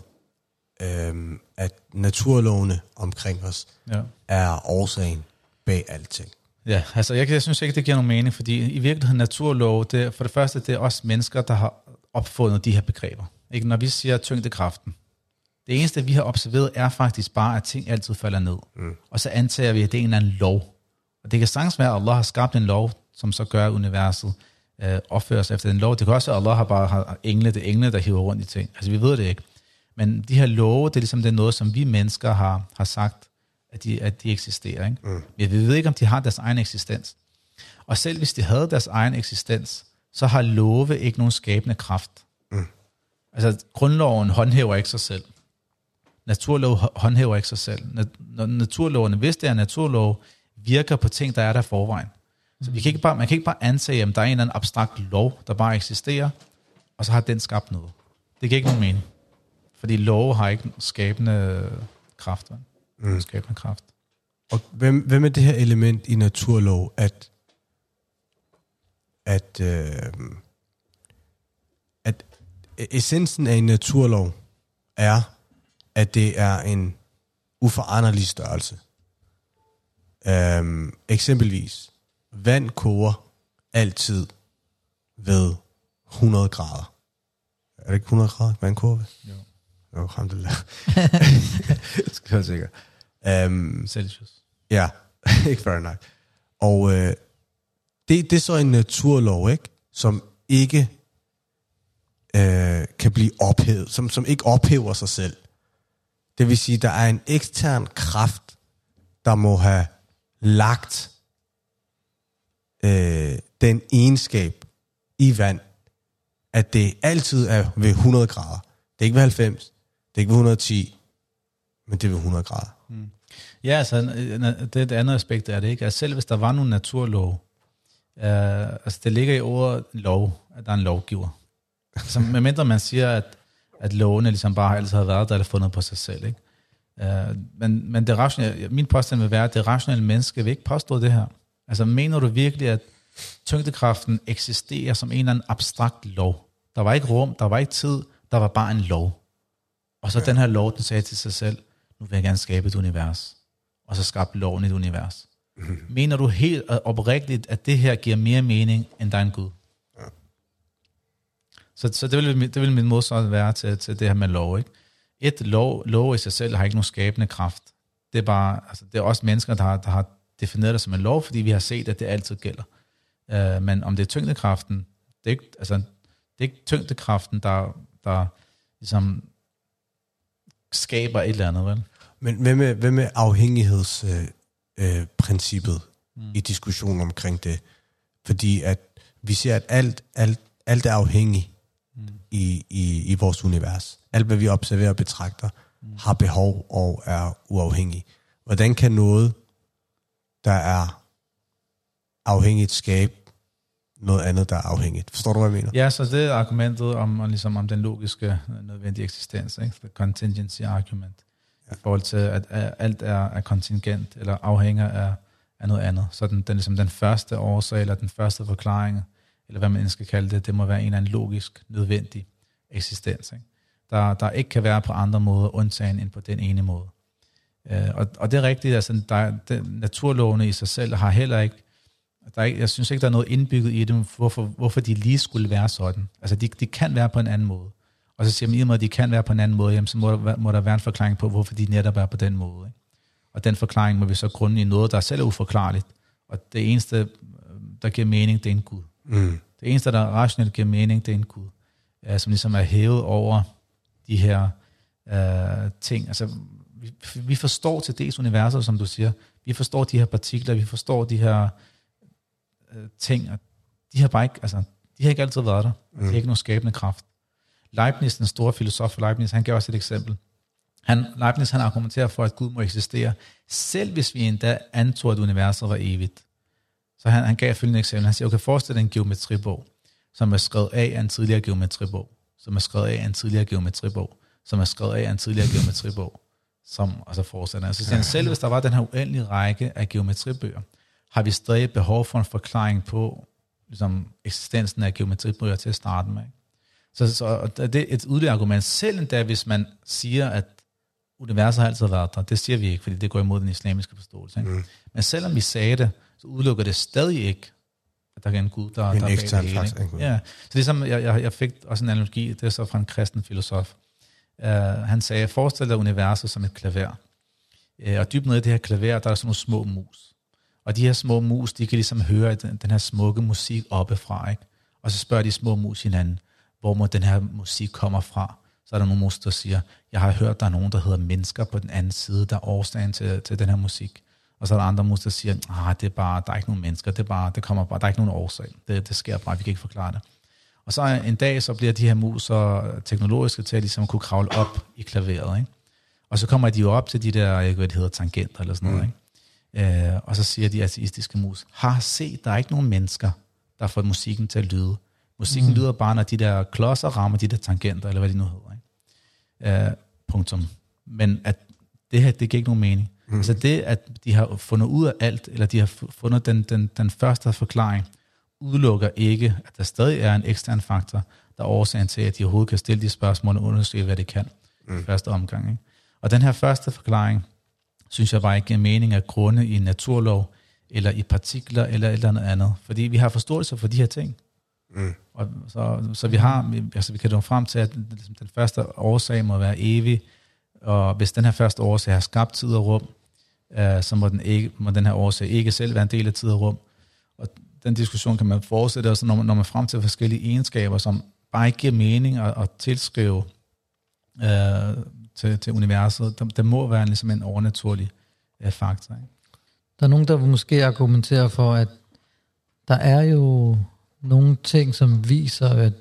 A: øhm, at naturlovene omkring os ja. er årsagen bag alting.
B: Ja, altså jeg, jeg synes ikke, det giver nogen mening, fordi i virkeligheden naturlov, det, for det første, det er også mennesker, der har opfundet de her begreber. Ikke? Når vi siger tyngdekraften, Det eneste, vi har observeret, er faktisk bare, at ting altid falder ned. Mm. Og så antager vi, at det er en eller anden lov. Og det kan sagtens være, at Allah har skabt en lov, som så gør, at universet øh, opfører sig efter den lov. Det kan også være, at Allah har bare har engle, det engle, der hiver rundt i ting. Altså, vi ved det ikke. Men de her love, det er ligesom det er noget, som vi mennesker har, har sagt, at de, at de eksisterer. Ikke? Mm. Men vi ved ikke, om de har deres egen eksistens. Og selv hvis de havde deres egen eksistens, så har love ikke nogen skabende kraft. Mm. Altså, grundloven håndhæver ikke sig selv. Naturlov håndhæver ikke sig selv. Når naturlovene, hvis det er naturlov, virker på ting, der er der forvejen. Så vi kan ikke bare, man kan ikke bare antage, at der er en eller anden abstrakt lov, der bare eksisterer, og så har den skabt noget. Det giver ikke nogen mening. Fordi lov har ikke skabende kraft. Mm. Skabende kraft.
A: Og hvem, hvem er det her element i naturlov, at at, øh, at essensen af en naturlov er, at det er en uforanderlig størrelse. Øhm, eksempelvis, vand koger altid ved hundrede grader. Er det ikke hundrede grader, vand koger ved?
B: Jo.
A: Jo, alhamdulillah. Skal jeg sikkert. Um,
B: Celsius.
A: Ja, ikke fair nok. Og øh, det, det er så en naturlov, ikke? Som ikke øh, kan blive ophævet, som, som ikke ophæver sig selv. Det vil sige, der er en ekstern kraft, der må have lagt øh, den egenskab i vand, at det altid er ved hundrede grader. Det er ikke ved halvfems, det er ikke ved et hundrede og ti, men det er ved hundrede grader.
B: Mm. Ja, altså, det er et andet aspekt af det, ikke? Altså, selv hvis der var nogle naturlov, øh, altså det ligger i ordet lov, at der er en lovgiver. Altså, medmindre man siger, at, at lovene ligesom bare altid har været der, eller fundet på sig selv, ikke? Uh, men, men det rationelle, min påstand vil være, at det rationelle menneske vil ikke påstå det her. Altså, mener du virkelig, at tyngdekraften eksisterer som en eller anden abstrakt lov? Der var ikke rum, der var ikke tid, der var bare en lov. Og så ja. Den her lov, den sagde til sig selv, nu vil jeg gerne skabe et univers. Og så skabte loven et univers. Mm. Mener du helt oprigtigt, at det her giver mere mening, end der er en Gud? Ja. Så, så det, vil, det vil min modsvar være til, til det her med lov, ikke? Et lov, lov i sig selv har ikke nogen skabende kraft. Det er bare, altså det er også mennesker, der har, der har defineret det som en lov, fordi vi har set, at det altid gælder. Uh, men om det er tyngdekraften, det er ikke, altså, det er ikke tyngdekraften, der, der ligesom skaber et eller andet, vel?
A: Men hvad med, hvad med afhængighedsprincippet øh, øh, mm. i diskussionen omkring det? Fordi at vi ser, at alt, alt, alt er afhængigt mm. i, i, i vores univers. Alt, hvad vi observerer og betragter, mm. har behov og er uafhængig. Hvordan kan noget, der er afhængigt, skabe noget andet, der er afhængigt? Forstår du, hvad jeg mener?
B: Ja, så det er argumentet om, om, ligesom om den logiske, nødvendige eksistens, ikke? The contingency argument. Ja. I forhold til, at alt er, er kontingent, eller afhænger af, af noget andet. Så den, den, ligesom den første årsag, eller den første forklaring, eller hvad man skal kalde det, det må være en eller anden logisk, nødvendig eksistens, ikke? Der, der ikke kan være på andre måder, undtagen end på den ene måde. Uh, og, og det er rigtigt, altså der, den, naturlovene i sig selv har heller ikke, der er ikke, jeg synes ikke, der er noget indbygget i dem, hvorfor, hvorfor de lige skulle være sådan. Altså de, de kan være på en anden måde. Og så siger man, i og med, at de kan være på en anden måde, jamen, så må der, må der være en forklaring på, hvorfor de netop er på den måde, ikke? Og den forklaring må vi så grunde i noget, der selv er uforklarligt. Og det eneste, der giver mening, det er en Gud. Mm. Det eneste, der rationelt giver mening, det er en Gud. Ja, som ligesom er hævet over de her øh, ting. Altså, vi, vi forstår til dels universer, som du siger. Vi forstår de her partikler, vi forstår de her øh, ting. Og de har bare ikke, altså, de har ikke altid været der. Mm. De har ikke nogen skabende kraft. Leibniz, den store filosof Leibniz, han gav også et eksempel. Han, Leibniz, han argumenterer for, at Gud må eksistere, selv hvis vi endda antog, at universet var evigt. Så han, han gav følgende eksempel. Han siger, okay, forestil dig en geometribog, som er skrevet af en tidligere geometribog, som er skrevet af en tidligere geometribog, som er skrevet af en tidligere geometribog, som, og så fortsætter han. Så siger han, selv hvis der var den her uendelige række af geometribøger, har vi stadig behov for en forklaring på ligesom, eksistensen af geometribøger til at starte med. Så, så det er et yderligere argument. Selv endda, hvis man siger, at universet har altid været der, det siger vi ikke, fordi det går imod den islamiske forståelse. Ikke? Mm. Men selvom vi sagde det, så udelukker det stadig ikke, at der er en Gud, der,
A: en
B: der er bag det hele.
A: Ikke?
B: Ja. Så ligesom, jeg, jeg, jeg fik også en analogi, det er så fra en kristen filosof. Uh, han sagde, forestil dig universet som et klaver. Uh, og dybt nede i det her klaver, der er sådan nogle små mus. Og de her små mus, de kan ligesom høre den, den her smukke musik oppefra, ikke? Og så spørger de små mus hinanden, hvor må den her musik kommer fra. Så er der nogle mus, der siger, jeg har hørt, der er nogen, der hedder mennesker på den anden side, der er årsagen til, til den her musik. Og så er der andre mus, der siger, ah, det er bare, der er ikke nogen mennesker, det er bare, det kommer bare, der er ikke nogen årsag. Det, det sker bare, vi kan ikke forklare det. Og så en dag, så bliver de her mus så teknologiske til at ligesom kunne kravle op i klaveret, ikke? Og så kommer de jo op til de der, jeg ved, hvad det hedder, tangenter eller sådan noget, ikke? Øh, og så siger de ateistiske mus, har set, der er ikke nogen mennesker, der får musikken til at lyde. Musikken mm. lyder bare, når de der klodser rammer de der tangenter, eller hvad de nu hedder, ikke? Øh, punktum. Men at det her, det giver ikke nogen mening. Mm. Altså det, at de har fundet ud af alt, eller de har fundet den, den, den første forklaring, udelukker ikke, at der stadig er en ekstern faktor, der er årsagen til, at de overhovedet kan stille de spørgsmål og undersøge, hvad de kan mm. i første omgang, ikke? Og den her første forklaring, synes jeg bare ikke giver mening af grunde i en naturlov, eller i partikler, eller et eller andet andet. Fordi vi har forståelse for de her ting. Mm. Og så, så vi har, altså vi kan nå frem til, at den første årsag må være evig, og hvis den her første årsag har skabt tid og rum, øh, så må den, ikke, må den her årsag ikke selv være en del af tid og rum. Og den diskussion kan man fortsætte, og så når man, når man frem til forskellige egenskaber, som bare ikke giver mening at, at tilskrive øh, til, til universet. Der, der må være ligesom en overnaturlig øh, faktor, ikke?
C: Der er nogen, der måske argumenterer for, at der er jo nogle ting, som viser, at,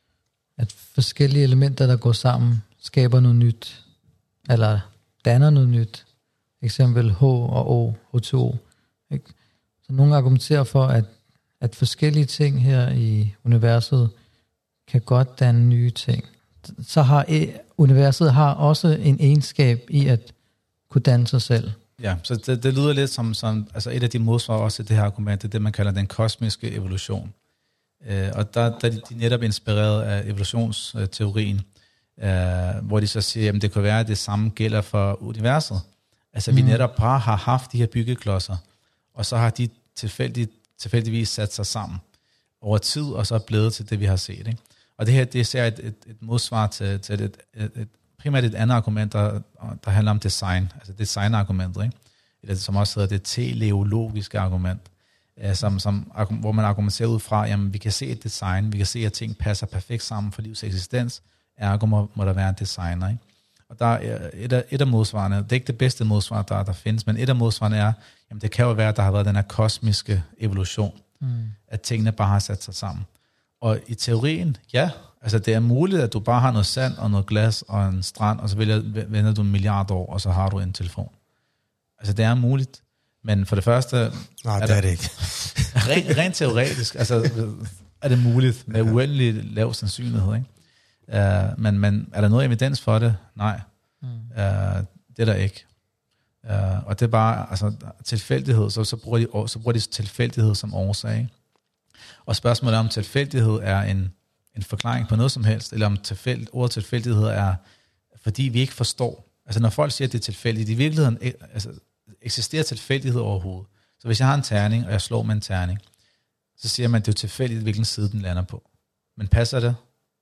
C: at forskellige elementer, der går sammen, skaber noget nyt, eller danner noget nyt. Eksempel H og O, H to O. Ikke? Så nogen argumenterer for, at, at forskellige ting her i universet kan godt danne nye ting. Så har universet har også en egenskab i at kunne danne sig selv.
B: Ja, så det, det lyder lidt som, som altså et af de modsvar også til det her argument, det er det, man kalder den kosmiske evolution. Øh, og der, der er de netop inspireret af evolutionsteorien, øh, hvor de så siger, at det kan være, at det samme gælder for universet. Altså mm. vi netop bare har haft de her byggeklodser, og så har de tilfældigt, tilfældigvis sat sig sammen over tid, og så er blevet til det, vi har set, ikke? Og det her, det ser et, et, et modsvar til, til et, et, et, primært et andet argument, der, der handler om design, altså designargumentet, ikke? Eller som også hedder det teleologiske argument, øh, som, som, hvor man argumenterer ud fra, jamen vi kan se et design, vi kan se, at ting passer perfekt sammen for livs eksistens, ergo må, må der være en designer, ikke? Og der er et af, et af modsvarene, det er ikke det bedste modsvar, der, der findes, men et af modsvarene er, jamen det kan jo være, at der har været den her kosmiske evolution, mm. at tingene bare har sat sig sammen. Og i teorien, ja, altså det er muligt, at du bare har noget sand og noget glas og en strand, og så vender du en milliard år, og så har du en telefon. Altså det er muligt, men for det første...
A: Nej, det er det ikke.
B: rent, rent teoretisk, altså er det muligt med uendelig lav sandsynlighed, ikke? Uh, men, men er der noget evidens for det? Nej, mm. uh, det er der ikke. Uh, og det er bare altså, tilfældighed, så, så, bruger de, så bruger de tilfældighed som årsag. Og spørgsmålet er, om tilfældighed er en, en forklaring på noget som helst, eller om tilfæld, ordet tilfældighed er, fordi vi ikke forstår. Altså når folk siger, at det er tilfældigt, i virkeligheden altså, eksisterer tilfældighed overhovedet. Så hvis jeg har en terning, og jeg slår med en terning, så siger man, at det er tilfældigt, hvilken side den lander på. Men passer det?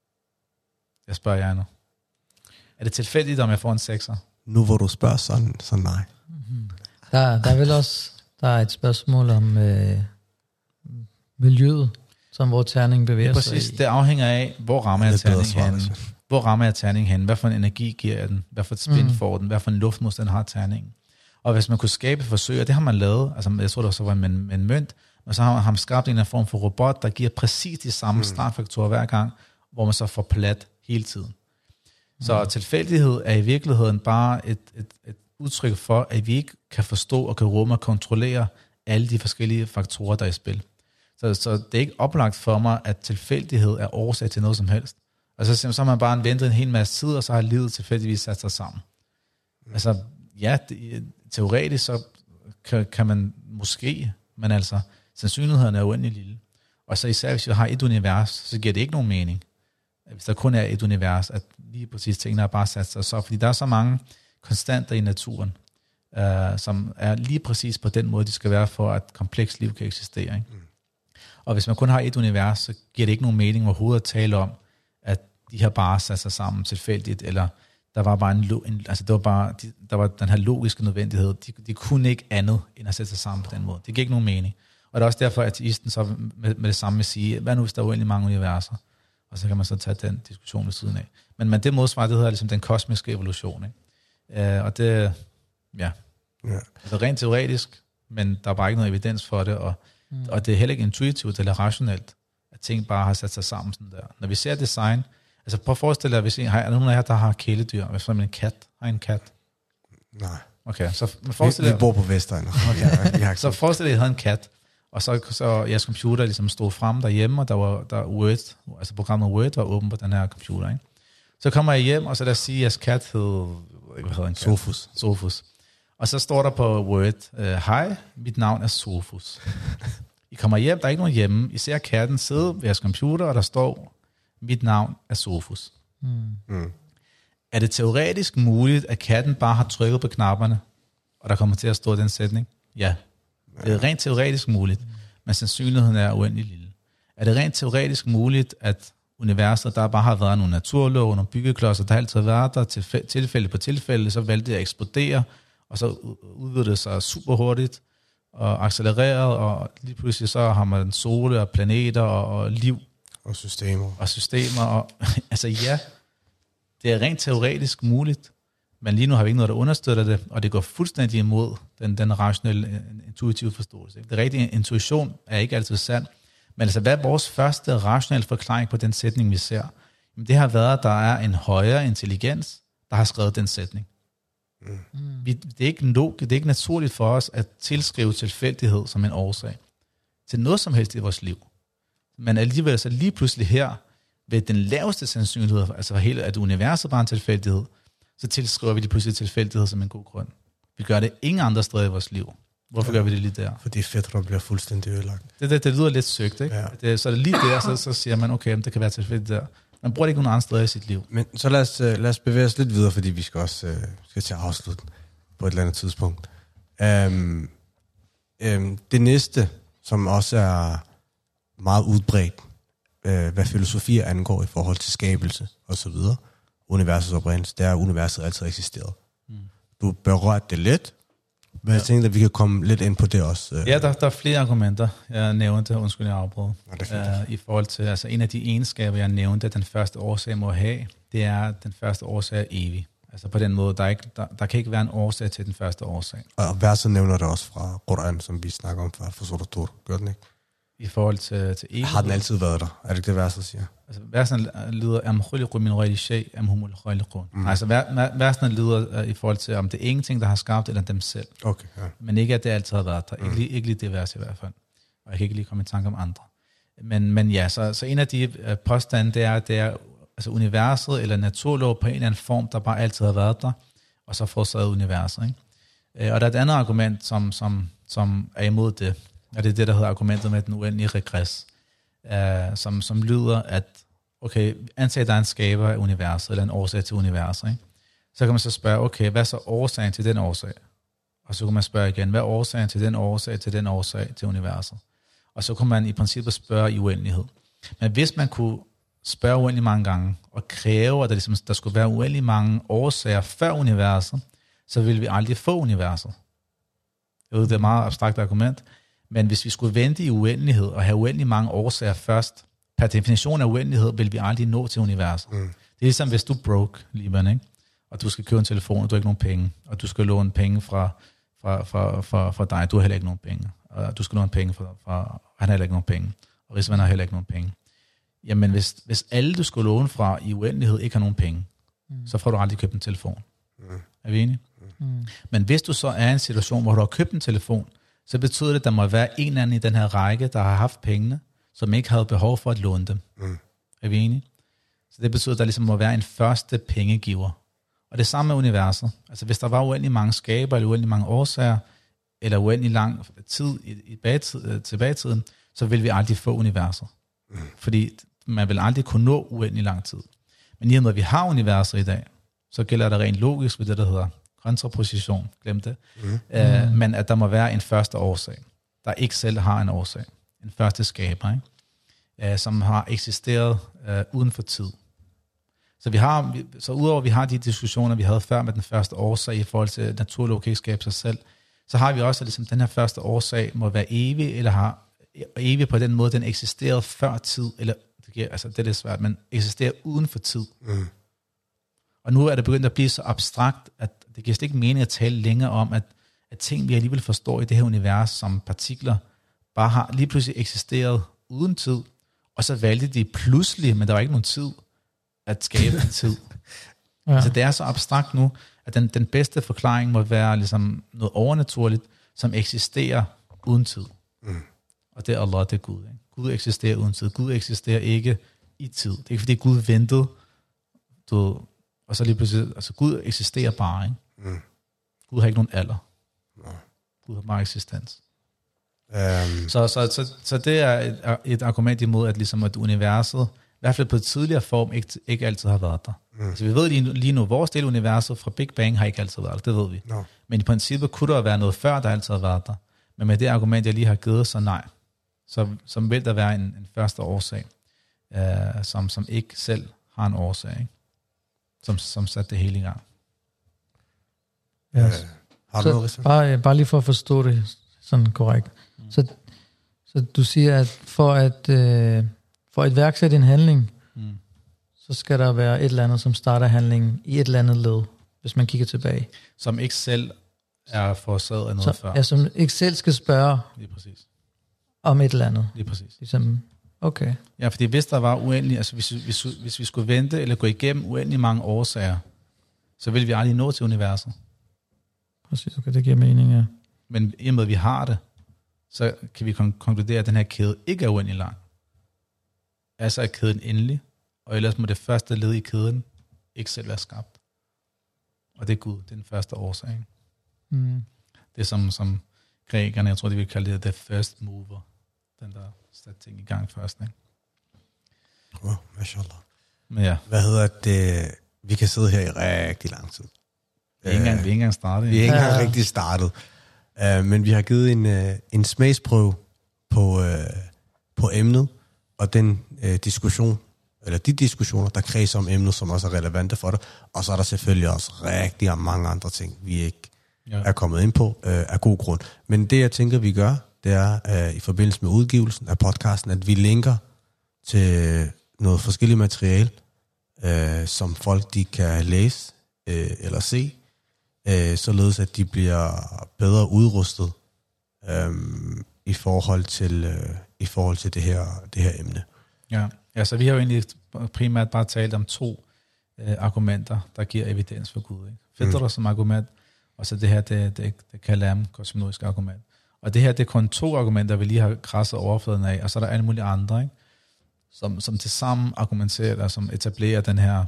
B: Jeg spørger jer nu. Er det tilfældigt, om jeg får en sekser?
A: Nu hvor du spørger sådan, så nej.
C: Mm-hmm. Der, der er vel også der er et spørgsmål om øh, miljøet, som hvor terningen bevæger
B: ja,
C: sig
B: præcis.
C: i.
B: Det afhænger af, hvor rammer jeg terningen hen. Hvor rammer jeg terningen hen? Hvad for en energi giver jeg den? Hvad for et spin mm. får den? Hvad for en luftmodstand har terningen? Og hvis man kunne skabe forsøg, og det har man lavet, altså jeg tror det også var med en, en mønt, og så har man, har man skabt en form for robot, der giver præcis de samme mm. startfaktorer hver gang, hvor man så får plat hele tiden. Så mm. tilfældighed er i virkeligheden bare et, et, et udtryk for, at vi ikke kan forstå og kan rumme og kontrollere alle de forskellige faktorer, der er i spil. Så, så det er ikke oplagt for mig, at tilfældighed er årsag til noget som helst. Altså så har man bare ventet en hel masse tid, og så har livet tilfældigvis sat sig sammen. Mm. Altså ja, det, teoretisk så kan, kan man måske, men altså sandsynligheden er uendelig lille. Og så især hvis vi har et univers, så giver det ikke nogen mening. Hvis der kun er et univers, at lige præcis tingene har bare sat sig så, fordi der er så mange konstanter i naturen, øh, som er lige præcis på den måde, de skal være for, at komplekst liv kan eksistere. Ikke? Mm. Og hvis man kun har et univers, så giver det ikke nogen mening overhovedet at tale om, at de har bare sat sig sammen tilfældigt, eller Der var bare en, en altså det var bare, de, der var den her logiske nødvendighed. De, de kunne ikke andet, end at sætte sig sammen på den måde. Det giver ikke nogen mening. Og det er også derfor, at ateisten så med, med det samme vil sige, hvad nu hvis der er uendelig mange universer? Og så kan man så tage den diskussion ved siden af. Men, men det modsvar, det hedder ligesom den kosmiske evolution. Ikke? Uh, og det, ja, ja. Det er rent teoretisk, men der er bare ikke noget evidens for det, og, mm. og det er heller ikke intuitivt eller rationelt, at ting bare har sat sig sammen sådan der. Når vi ser design, altså prøv at forestille dig, hvis I har, er nogen af jer, der har kæledyr, hvis man en kat, har en kat?
A: Nej.
B: Okay, så forestil
A: dig... Vi bor på Vestegn.
B: Okay. Så forestil dig, at I havde en kat, og så, så jeres computer ligesom stod frem derhjemme, og der var der Word, altså programmet Word var åben på den her computer, ikke? Så kommer jeg hjem, og så lad os sige, at jeres kat hed... Hvad hedder en kat?
A: Sofus.
B: Sofus. Og så står der på Word, hej, uh, mit navn er Sofus. I kommer hjem, der er ikke nogen hjemme. I ser katten sidde ved jeres computer, og der står, mit navn er Sofus. Mm. Mm. Er det teoretisk muligt, at katten bare har trykket på knapperne, og der kommer til at stå den sætning? Ja. Det er rent teoretisk muligt, men sandsynligheden er uendelig lille. Er det rent teoretisk muligt, at universet, der bare har været nogle naturlove, nogle byggeklodser, der har altid været der, til tilfælde på tilfælde, så valgte det at eksplodere, og så udvidede det sig super hurtigt, og accelereret, og lige pludselig så har man sole og planeter og, og liv.
A: Og systemer.
B: Og systemer, og altså ja, det er rent teoretisk muligt, men lige nu har vi ikke noget, der understøtter det, og det går fuldstændig imod den, den rationelle, intuitive forståelse. Det rigtige intuition er ikke altid sand, men altså hvad er vores første rationelle forklaring på den sætning, vi ser? Jamen, det har været, at der er en højere intelligens, der har skrevet den sætning. Mm. Vi, det, er ikke log, det er ikke naturligt for os at tilskrive tilfældighed som en årsag til noget som helst i vores liv. Men alligevel så lige pludselig her, ved den laveste sandsynlighed, altså hele, at universet bare er en tilfældighed, så tilskriver vi lige pludselig tilfældighed som en god grund. Vi gør det ingen andre steder i vores liv. Hvorfor ja, gør vi det lige der?
A: Fordi fætter bliver fuldstændig ødelagt.
B: Det, det, det lyder lidt søgt, ikke? Ja. Det, så er det lige der, så, så siger man, okay, det kan være tilfældigt der. Man bruger det ikke nogen andre steder i sit liv.
A: Men så lad os, lad os bevæge os lidt videre, fordi vi skal også uh, skal til at afslutte på et eller andet tidspunkt. Um, um, det næste, som også er meget udbredt, uh, hvad filosofi angår i forhold til skabelse og så videre, universets oprindelse, det er, at universet altid eksisteret. Mm. Du berørte det lidt, men jeg tænkte, at vi kan komme lidt ind på det også.
B: Ja, der, der er flere argumenter, jeg nævnte, undskyld, jeg afbrød.
A: Ja,
B: uh, I forhold til, altså en af de egenskaber, jeg nævnte, at den første årsag må have, det er, at den første årsag er evig. Altså på den måde, der, er ikke, der, der kan ikke være en årsag til den første årsag.
A: Og verset nævner det også fra Koran, som vi snakker om fra, fra Surah Tur. Gør den ikke?
B: I forhold til, til evighed.
A: Har den altid været der? Er det ikke det, verset siger?
B: Altså versen lyder, am khuliqu min ghayri shay, am humul khaliqun. Mm. Altså versen lyder uh, i forhold til, om det er ingenting, der har skabt, eller dem selv.
A: Okay, ja.
B: Men ikke, at det altid har været der. Mm. Ikke, ikke lige det vers i hvert fald. Og jeg kan ikke lige komme i tanke om andre. Men, men ja, så, så en af de uh, påstande, det er, at det er altså universet, eller naturlov på en eller anden form, der bare altid har været der, og så forårsaget universet. Ikke? Uh, og der er et andet argument, som, som, som er imod det, og det er det, der hedder argumentet med den uendelige regress, uh, som, som lyder, at okay, antag, at der er en skaber af universet, eller en årsag til universet, ikke? Så kan man så spørge, okay, hvad er så årsagen til den årsag? Og så kan man spørge igen, hvad er årsagen til den årsag til den årsag til universet? Og så kan man i princippet spørge i uendelighed. Men hvis man kunne spørge uendelig mange gange, og kræve, at der, ligesom, der skulle være uendelig mange årsager før universet, så ville vi aldrig få universet. Jeg ved, det er et meget abstrakt argument, men hvis vi skulle vente i uendelighed, og have uendelig mange årsager først, per definition af uendelighed, vil vi aldrig nå til universet. Mm. Det er ligesom, hvis du er broke, Liban, ikke? Og du skal købe en telefon, og du har ikke nogen penge, og du skal låne penge fra, fra, fra, fra, fra dig, du har heller ikke nogen penge, og du skal låne penge fra, fra han har heller ikke nogen penge, og Rizvan har heller ikke nogen penge. Jamen, hvis, hvis alle, du skal låne fra i uendelighed, ikke har nogen penge, mm. så får du aldrig købt en telefon. Mm. Er vi enige? Mm. Men hvis du så er i en situation, hvor du har købt en telefon, så betyder det, at der må være en eller anden i den her række, der har haft pengene, som ikke havde behov for at låne dem. Mm. Er vi enige? Så det betyder, at der ligesom må være en første pengegiver. Og det samme med universet. Altså hvis der var uendelig mange skaber, eller uendelig mange årsager, eller uendelig lang tid i, i bagtid, tilbagetiden, så vil vi aldrig få universet. Mm. Fordi man vil aldrig kunne nå uendelig lang tid. Men i og med, at vi har universet i dag, så gælder det rent logisk ved det, der hedder kontraposition. Glem det. Mm. Uh, men at der må være en første årsag, der ikke selv har en årsag. En første skaber, ikke? Uh, som har eksisteret uh, uden for tid. Så, vi har, så udover at vi har de diskussioner, vi havde før med den første årsag i forhold til naturlov kan ikke skabe sig selv, så har vi også, at ligesom, den her første årsag må være evig, eller har evig på den måde, den eksisterede før tid, eller det, giver, altså, det er lidt svært, men eksisterer uden for tid. Mm. Og nu er det begyndt at blive så abstrakt, at det giver slet ikke mening at tale længere om, at, at ting, vi alligevel forstår i det her univers som partikler, bare har lige pludselig eksisteret uden tid, og så valgte de pludselig, men der var ikke nogen tid, at skabe en tid. Ja. Altså det er så abstrakt nu, at den, den bedste forklaring må være ligesom noget overnaturligt, som eksisterer uden tid. Mm. Og det er Allah, det er Gud. Ikke? Gud eksisterer uden tid. Gud eksisterer ikke i tid. Det er ikke fordi Gud ventede, du, og så lige pludselig, altså Gud eksisterer bare. Ikke? Mm. Gud har ikke nogen alder. No. Gud har bare eksistens. Um. Så, så, så, så det er et, et argument imod, at, ligesom, at universet, i hvert fald på et tidligere form, ikke, ikke altid har været der. Mm. Altså vi ved lige, lige nu, vores del af universet fra Big Bang har ikke altid været der, det ved vi. No. Men i princippet kunne der være noget før, der altid har været der. Men med det argument, jeg lige har givet, så nej. Så, så vil der være en, en første årsag, øh, som, som ikke selv har en årsag, ikke? Som, som satte det hele i gang.
C: Ja. Øh, har du noget, bare, bare lige for at forstå det sådan korrekt. Mm. Så, så du siger, at for at, øh, for at iværksætte en handling, mm. så skal der være et eller andet, som starter handlingen i et eller andet led, hvis man kigger tilbage.
B: Som ikke selv er forårsaget af noget
C: så,
B: før.
C: Ja, som ikke selv skal spørge.
B: Lige præcis.
C: Om et eller andet.
B: Lige præcis.
C: Ligesom, okay.
B: Ja, fordi hvis der var uendelig, altså hvis, hvis, hvis vi skulle vente eller gå igennem uendelig mange årsager, så ville vi aldrig nå til universet.
C: Præcis, okay, det giver mening, ja.
B: Men i og med, at vi har det, så kan vi kon- konkludere, at den her kæde ikke er uendelig lang. Altså er kæden endelig, og ellers må det første led i kæden ikke selv være skabt. Og det er Gud, det er den første årsag. Mm. Det er som, som grækerne, jeg tror, de vil kalde det the first mover. Den, der satte ting i gang først, ikke?
A: Wow, mashallah.
B: Men ja.
A: Hvad hedder det? Vi kan sidde her i rigtig lang tid.
B: Vi er ikke engang, vi er ikke engang startet.
A: Vi er ikke engang ja. rigtig startet. Uh, men vi har givet en, uh, en smagsprøve på, uh, på emnet, og den uh, diskussion, eller de diskussioner, der kredser om emnet, som også er relevante for dig. Og så er der selvfølgelig også rigtig mange andre ting, vi ikke ja. er kommet ind på uh, af god grund. Men det, jeg tænker, vi gør, det er uh, i forbindelse med udgivelsen af podcasten, at vi linker til noget forskelligt materiale, uh, som folk de kan læse uh, eller se, uh, således at de bliver bedre udrustet um, i forhold til uh, i forhold til det her det her emne.
B: Ja, altså vi har jo egentlig primært bare talt om to uh, argumenter, der giver evidens for Gud. Ikke? Fitra mm. som argument, og så det her, det, det, det kalam, kosmologiske argument. Og det her, det er kun to argumenter, vi lige har krasset overfladen af, og så er der alle mulige andre, ikke? Som, som til sammen argumenterer, eller som etablerer den her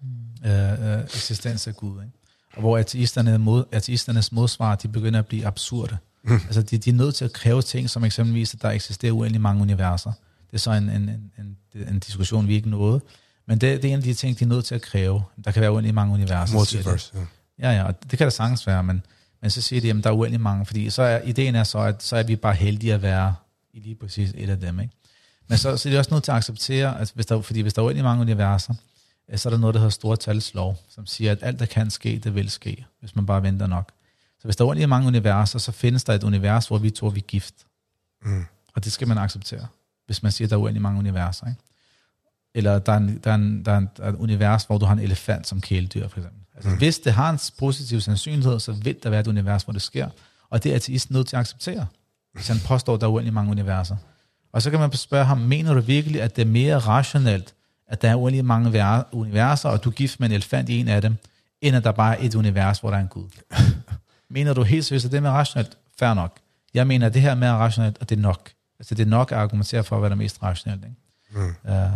B: øh, øh, eksistens af Gud. Ikke? Og hvor ateisterne mod, ateisternes modsvar, de begynder at blive absurde. Mm. Altså, de, de er nødt til at kræve ting, som eksempelvis, at der eksisterer uendelig mange universer. Det er så en, en, en, en, en diskussion, vi ikke nåede. Men det, det er en af de ting, de er nødt til at kræve. Der kan være uendelig mange universer.
A: Multiverse, ja.
B: Ja, ja, og det kan der sagtens være, men, men så siger de, at der er uendelig mange, fordi så er, ideen er så, at så er vi bare heldige at være i lige præcis et af dem, ikke? Men så, så er de også nødt til at acceptere, at hvis der, fordi hvis der er uendelig mange universer, så er der noget, der hedder store tals lov, som siger, at alt, der kan ske, det vil ske, hvis man bare venter nok. Så hvis der er uendelig mange universer, så findes der et univers, hvor vi tror, vi er gift. Mm. Og det skal man acceptere, hvis man siger, at der er uendelig mange universer, ikke? Eller der er, en, der, er en, der, er en, der er et univers, hvor du har en elefant som kæledyr, for eksempel. Altså, mm. Hvis det har en positiv sandsynlighed, så vil der være et univers, hvor det sker. Og det er ateisten nødt til at acceptere, hvis han påstår, at der er uendelig mange universer. Og så kan man spørge ham, mener du virkelig, at det er mere rationelt, at der er uendelig mange universer, og du er gift med en elefant i en af dem, end at der bare er et univers, hvor der er en Gud? Mener du helt seriøst, at det er mere rationelt? Fair nok. Jeg mener, at det her er mere rationelt, og det er nok. Altså det er nok at argumentere for, hvad der er mest rationelt. Ikke? Mm. Uh,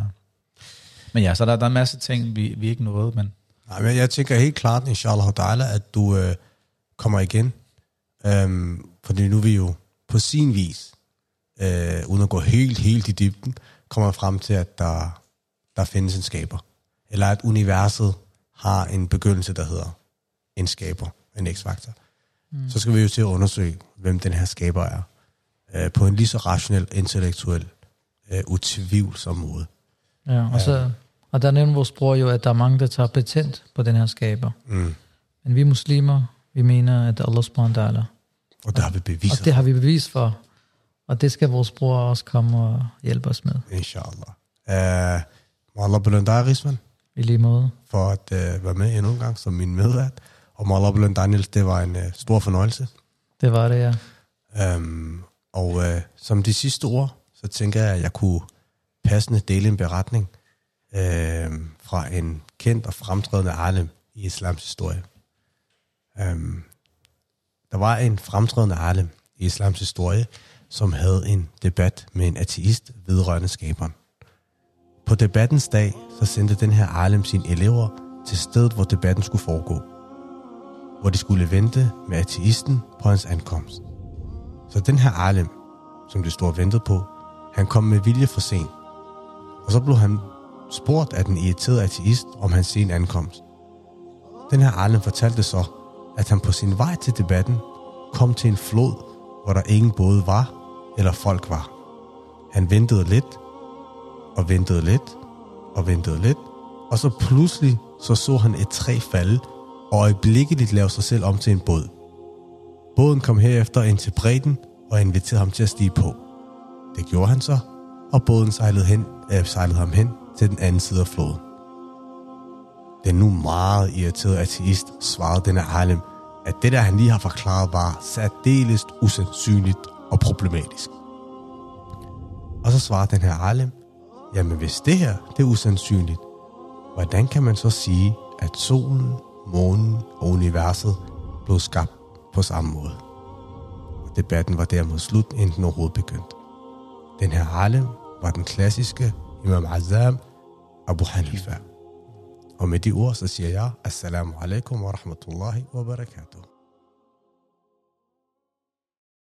B: men ja, så der, der er en masse ting, vi, vi ikke nåede, men...
A: Nej, men jeg tænker helt klart, inshallah ta'ala, at du øh, kommer igen. Øhm, fordi nu er vi jo på sin vis, øh, uden at gå helt, helt i dybden, kommer frem til, at der, der findes en skaber. Eller at universet har en begyndelse, der hedder en skaber, en x-faktor. Mm. Så skal vi jo til at undersøge, hvem den her skaber er. Øh, på en lige så rationel, intellektuel, øh, utvivlsom måde.
C: Ja, og så... Og der nævner vores bror jo, at der er mange, der tager patent på den her skaber.
A: Mm.
C: Men vi muslimer, vi mener, at Allah subhanahu wa ta'ala.
A: Og det har vi beviser.
C: Og det har vi bevis for. Og det skal vores bror også komme og hjælpe os med.
A: Inshallah. Uh, må Allah belønne dig, Rizwan,
C: I lige måde.
A: for at uh, være med endnu en gang som min medvært. Og må Allah belønne Daniel, det var en uh, stor fornøjelse.
C: Det var det, ja.
A: Um, og uh, som de sidste ord, så tænker jeg, at jeg kunne passende dele en beretning uh, fra en kendt og fremtrædende alim i islams historie. Um, der var en fremtrædende alim i islams historie, som havde en debat med en ateist vedrørende skaberen. På debattens dag, så sendte den her alim sine elever til stedet, hvor debatten skulle foregå, hvor de skulle vente med ateisten på hans ankomst. Så den her alim, som de stod og ventede på, han kom med vilje for sent. Og så blev han spurgt af den irriterede ateist om hans sene ankomst. Den her alim fortalte så, at han på sin vej til debatten kom til en flod, hvor der ingen både var eller folk var. Han ventede lidt, og ventede lidt, og ventede lidt, og så pludselig så så han et træ falde, og øjeblikkeligt lave sig selv om til en båd. Båden kom herefter ind til bredden, og inviterede ham til at stige på. Det gjorde han så, og båden sejlede, hen, øh, sejlede ham hen til den anden side af floden. Den nu meget irriterede ateist svarede denne alim, at det der han lige har forklaret var særdeles usandsynligt og problematisk. Og så svarede den her alim, jamen hvis det her det er usandsynligt, hvordan kan man så sige, at solen, månen og universet blev skabt på samme måde? Og debatten var dermed slut, inden den overhovedet begyndte. Den her alim var den klassiske Imam Azam Abu Hanifa. Og med de ord så siger jeg, assalamu alaikum wa rahmatullahi wa barakatuh.